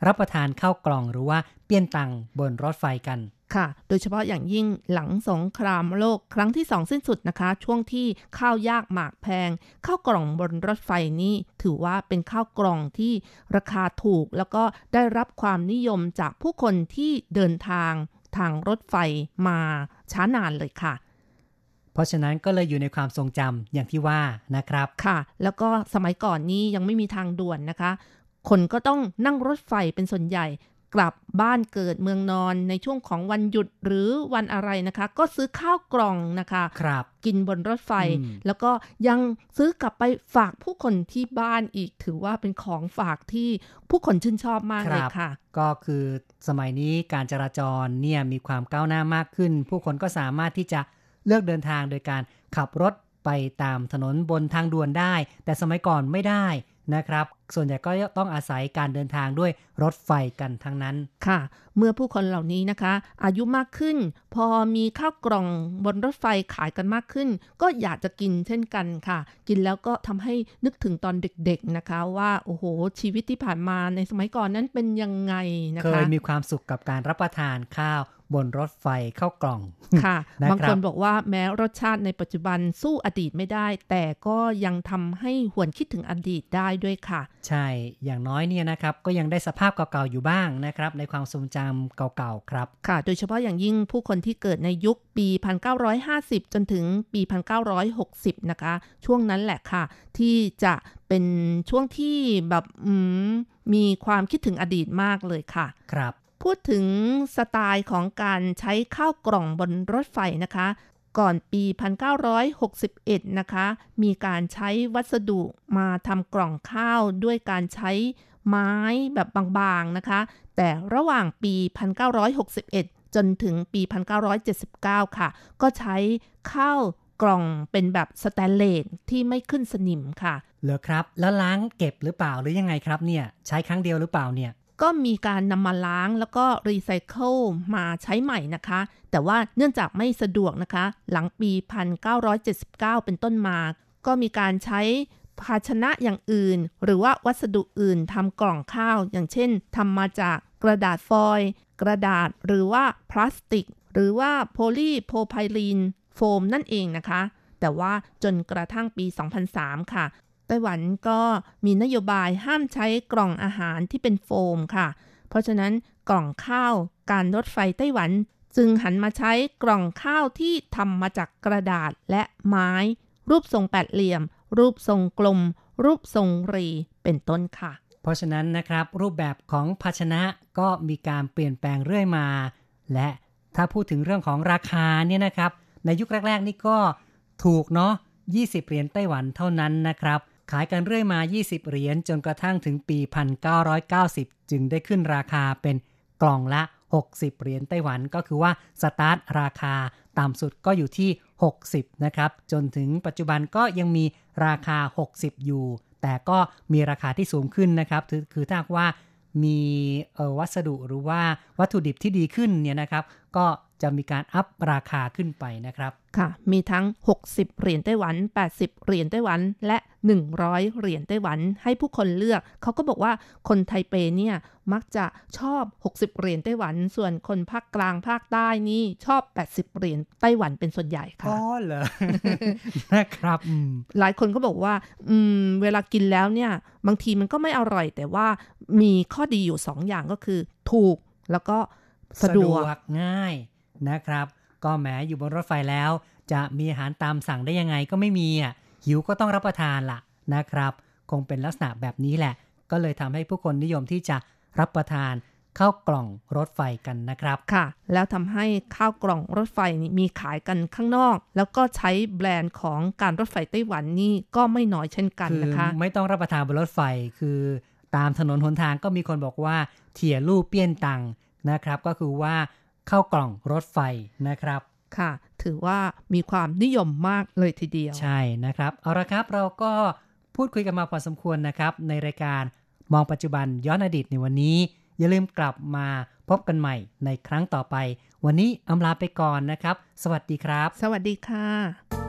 รับประทานข้าวกล่องหรือว่าเปี้ยนตังบนรถไฟกันค่ะโดยเฉพาะอย่างยิ่งหลังสงครามโลกครั้งที่สองสิ้นสุดนะคะช่วงที่ข้าวยากหมากแพงข้าวกล่องบนรถไฟนี้ถือว่าเป็นข้าวกล่องที่ราคาถูกแล้วก็ได้รับความนิยมจากผู้คนที่เดินทางทางรถไฟมาช้านานเลยค่ะเพราะฉะนั้นก็เลยอยู่ในความทรงจำอย่างที่ว่านะครับค่ะแล้วก็สมัยก่อนนี้ยังไม่มีทางด่วนนะคะคนก็ต้องนั่งรถไฟเป็นส่วนใหญ่กลับบ้านเกิดเมืองนอนในช่วงของวันหยุดหรือวันอะไรนะคะก็ซื้อข้าวกล่องนะคะครับกินบนรถไฟแล้วก็ยังซื้อกลับไปฝากผู้คนที่บ้านอีกถือว่าเป็นของฝากที่ผู้คนชื่นชอบมากเลยค่ะก็คือสมัยนี้การจราจรเนี่ยมีความก้าวหน้ามากขึ้นผู้คนก็สามารถที่จะเลือกเดินทางโดยการขับรถไปตามถนนบนทางด่วนได้แต่สมัยก่อนไม่ได้นะครับส่วนใหญ่ก็ต้องอาศัยการเดินทางด้วยรถไฟกันทั้งนั้นค่ะเมื่อผู้คนเหล่านี้นะคะอายุมากขึ้นพอมีข้าวกล่องบนรถไฟขายกันมากขึ้นก็อยากจะกินเช่นกันค่ะกินแล้วก็ทำให้นึกถึงตอนเด็กๆนะคะว่าโอ้โหชีวิตที่ผ่านมาในสมัยก่อนนั้นเป็นยังไงนะคะเคยมีความสุขกับการรับประทานข้าวบนรถไฟข้าวกล่องค่ะ บางคนบอกว่าแม้รสชาติในปัจจุบันสู้อดีตไม่ได้แต่ก็ยังทำให้หวนคิดถึงอดีตได้ด้วยค่ะใช่อย่างน้อยเนี่ยนะครับก็ยังได้สภาพเก่าๆอยู่บ้างนะครับในความทรงจำเก่าๆครับค่ะโดยเฉพาะอย่างยิ่งผู้คนที่เกิดในยุคปี หนึ่งพันเก้าร้อยห้าสิบ จนถึงปี หนึ่งพันเก้าร้อยหกสิบ นะคะช่วงนั้นแหละค่ะที่จะเป็นช่วงที่แบบอืมมีความคิดถึงอดีตมากเลยค่ะครับพูดถึงสไตล์ของการใช้ข้าวกล่องบนรถไฟนะคะก่อนปี หนึ่งพันเก้าร้อยหกสิบเอ็ด นะคะมีการใช้วัสดุมาทำกล่องข้าวด้วยการใช้ไม้แบบบางๆนะคะแต่ระหว่างปี หนึ่งพันเก้าร้อยหกสิบเอ็ด จนถึงปี หนึ่งพันเก้าร้อยเจ็ดสิบเก้า ค่ะก็ใช้ข้าวกล่องเป็นแบบสแตนเลสที่ไม่ขึ้นสนิมค่ะเหรอครับแล้วล้างเก็บหรือเปล่าหรือยังไงครับเนี่ยใช้ครั้งเดียวหรือเปล่าเนี่ยก็มีการนำมาล้างแล้วก็รีไซเคิลมาใช้ใหม่นะคะแต่ว่าเนื่องจากไม่สะดวกนะคะหลังปี หนึ่งพันเก้าร้อยเจ็ดสิบเก้า เป็นต้นมาก็มีการใช้ภาชนะอย่างอื่นหรือว่าวัสดุอื่นทำกล่องข้าวอย่างเช่นทำมาจากกระดาษฟอยล์กระดาษหรือว่าพลาสติกหรือว่าโพลีโพไพลีนโฟมนั่นเองนะคะแต่ว่าจนกระทั่งปี สองพันสาม ค่ะไต้หวันก็มีนโยบายห้ามใช้กล่องอาหารที่เป็นโฟมค่ะเพราะฉะนั้นกล่องข้าวการรถไฟไต้หวันจึงหันมาใช้กล่องข้าวที่ทำมาจากกระดาษและไม้รูปทรงแปดเหลี่ยมรูปทรงกลมรูปทรงรีเป็นต้นค่ะเพราะฉะนั้นนะครับรูปแบบของภาชนะก็มีการเปลี่ยนแปลงเรื่อยมาและถ้าพูดถึงเรื่องของราคาเนี่ยนะครับในยุคแรกๆนี่ก็ถูกเนาะยี่สิบเหรียญไต้หวันเท่านั้นนะครับขายกันเรื่อยมายี่สิบเหรียญจนกระทั่งถึงปี หนึ่งพันเก้าร้อยเก้าสิบ จึงได้ขึ้นราคาเป็นกล่องละหกสิบเหรียญไต้หวันก็คือว่าสตาร์ทราคาต่ำสุดก็อยู่ที่หกสิบนะครับจนถึงปัจจุบันก็ยังมีราคาหกสิบอยู่แต่ก็มีราคาที่สูงขึ้นนะครับคือคือถ้าว่ามีเอ่อวัสดุหรือว่าวัตถุดิบที่ดีขึ้นเนี่ยนะครับก็จะมีการอัพราคาขึ้นไปนะครับค่ะมีทั้งหกสิบเหรียญไต้หวันแปดสิบเหรียญไต้หวันและหนึ่งร้อยเหรียญไต้หวันให้ผู้คนเลือกเขาก็บอกว่าคนไทเปเนี่ยมักจะชอบหกสิบเหรียญไต้หวันส่วนคนภาคกลางภาคใต้นี่ชอบแปดสิบเหรียญไต้หวันเป็นส่วนใหญ่ค่ะอ๋อเหรอ นะครับหลายคนก็บอกว่าอืมเวลากินแล้วเนี่ยบางทีมันก็ไม่อร่อยแต่ว่ามีข้อดีอยู่สองอย่างก็คือถูกแล้วก็สะดวกง่ายนะครับก็แม้อยู่บนรถไฟแล้วจะมีอาหารตามสั่งได้ยังไงก็ไม่มีอ่ะหิวก็ต้องรับประทานล่ะนะครับคงเป็นลักษณะแบบนี้แหละก็เลยทำให้ผู้คนนิยมที่จะรับประทานข้าวกล่องรถไฟกันนะครับค่ะแล้วทำให้ข้าวกล่องรถไฟนี่มีขายกันข้างนอกแล้วก็ใช้แบรนด์ของการรถไฟไต้หวันนี่ก็ไม่น้อยเช่นกันนะคะคือไม่ต้องรับประทานบนรถไฟคือตามถนนหนทางก็มีคนบอกว่าเถี่ยลู่เปี้ยนตังนะครับก็คือว่าเข้ากล่องรถไฟนะครับค่ะถือว่ามีความนิยมมากเลยทีเดียวใช่นะครับเอาละครับเราก็พูดคุยกันมาพอสมควรนะครับในรายการมองปัจจุบันย้อนอดีตในวันนี้อย่าลืมกลับมาพบกันใหม่ในครั้งต่อไปวันนี้อำลาไปก่อนนะครับสวัสดีครับสวัสดีค่ะ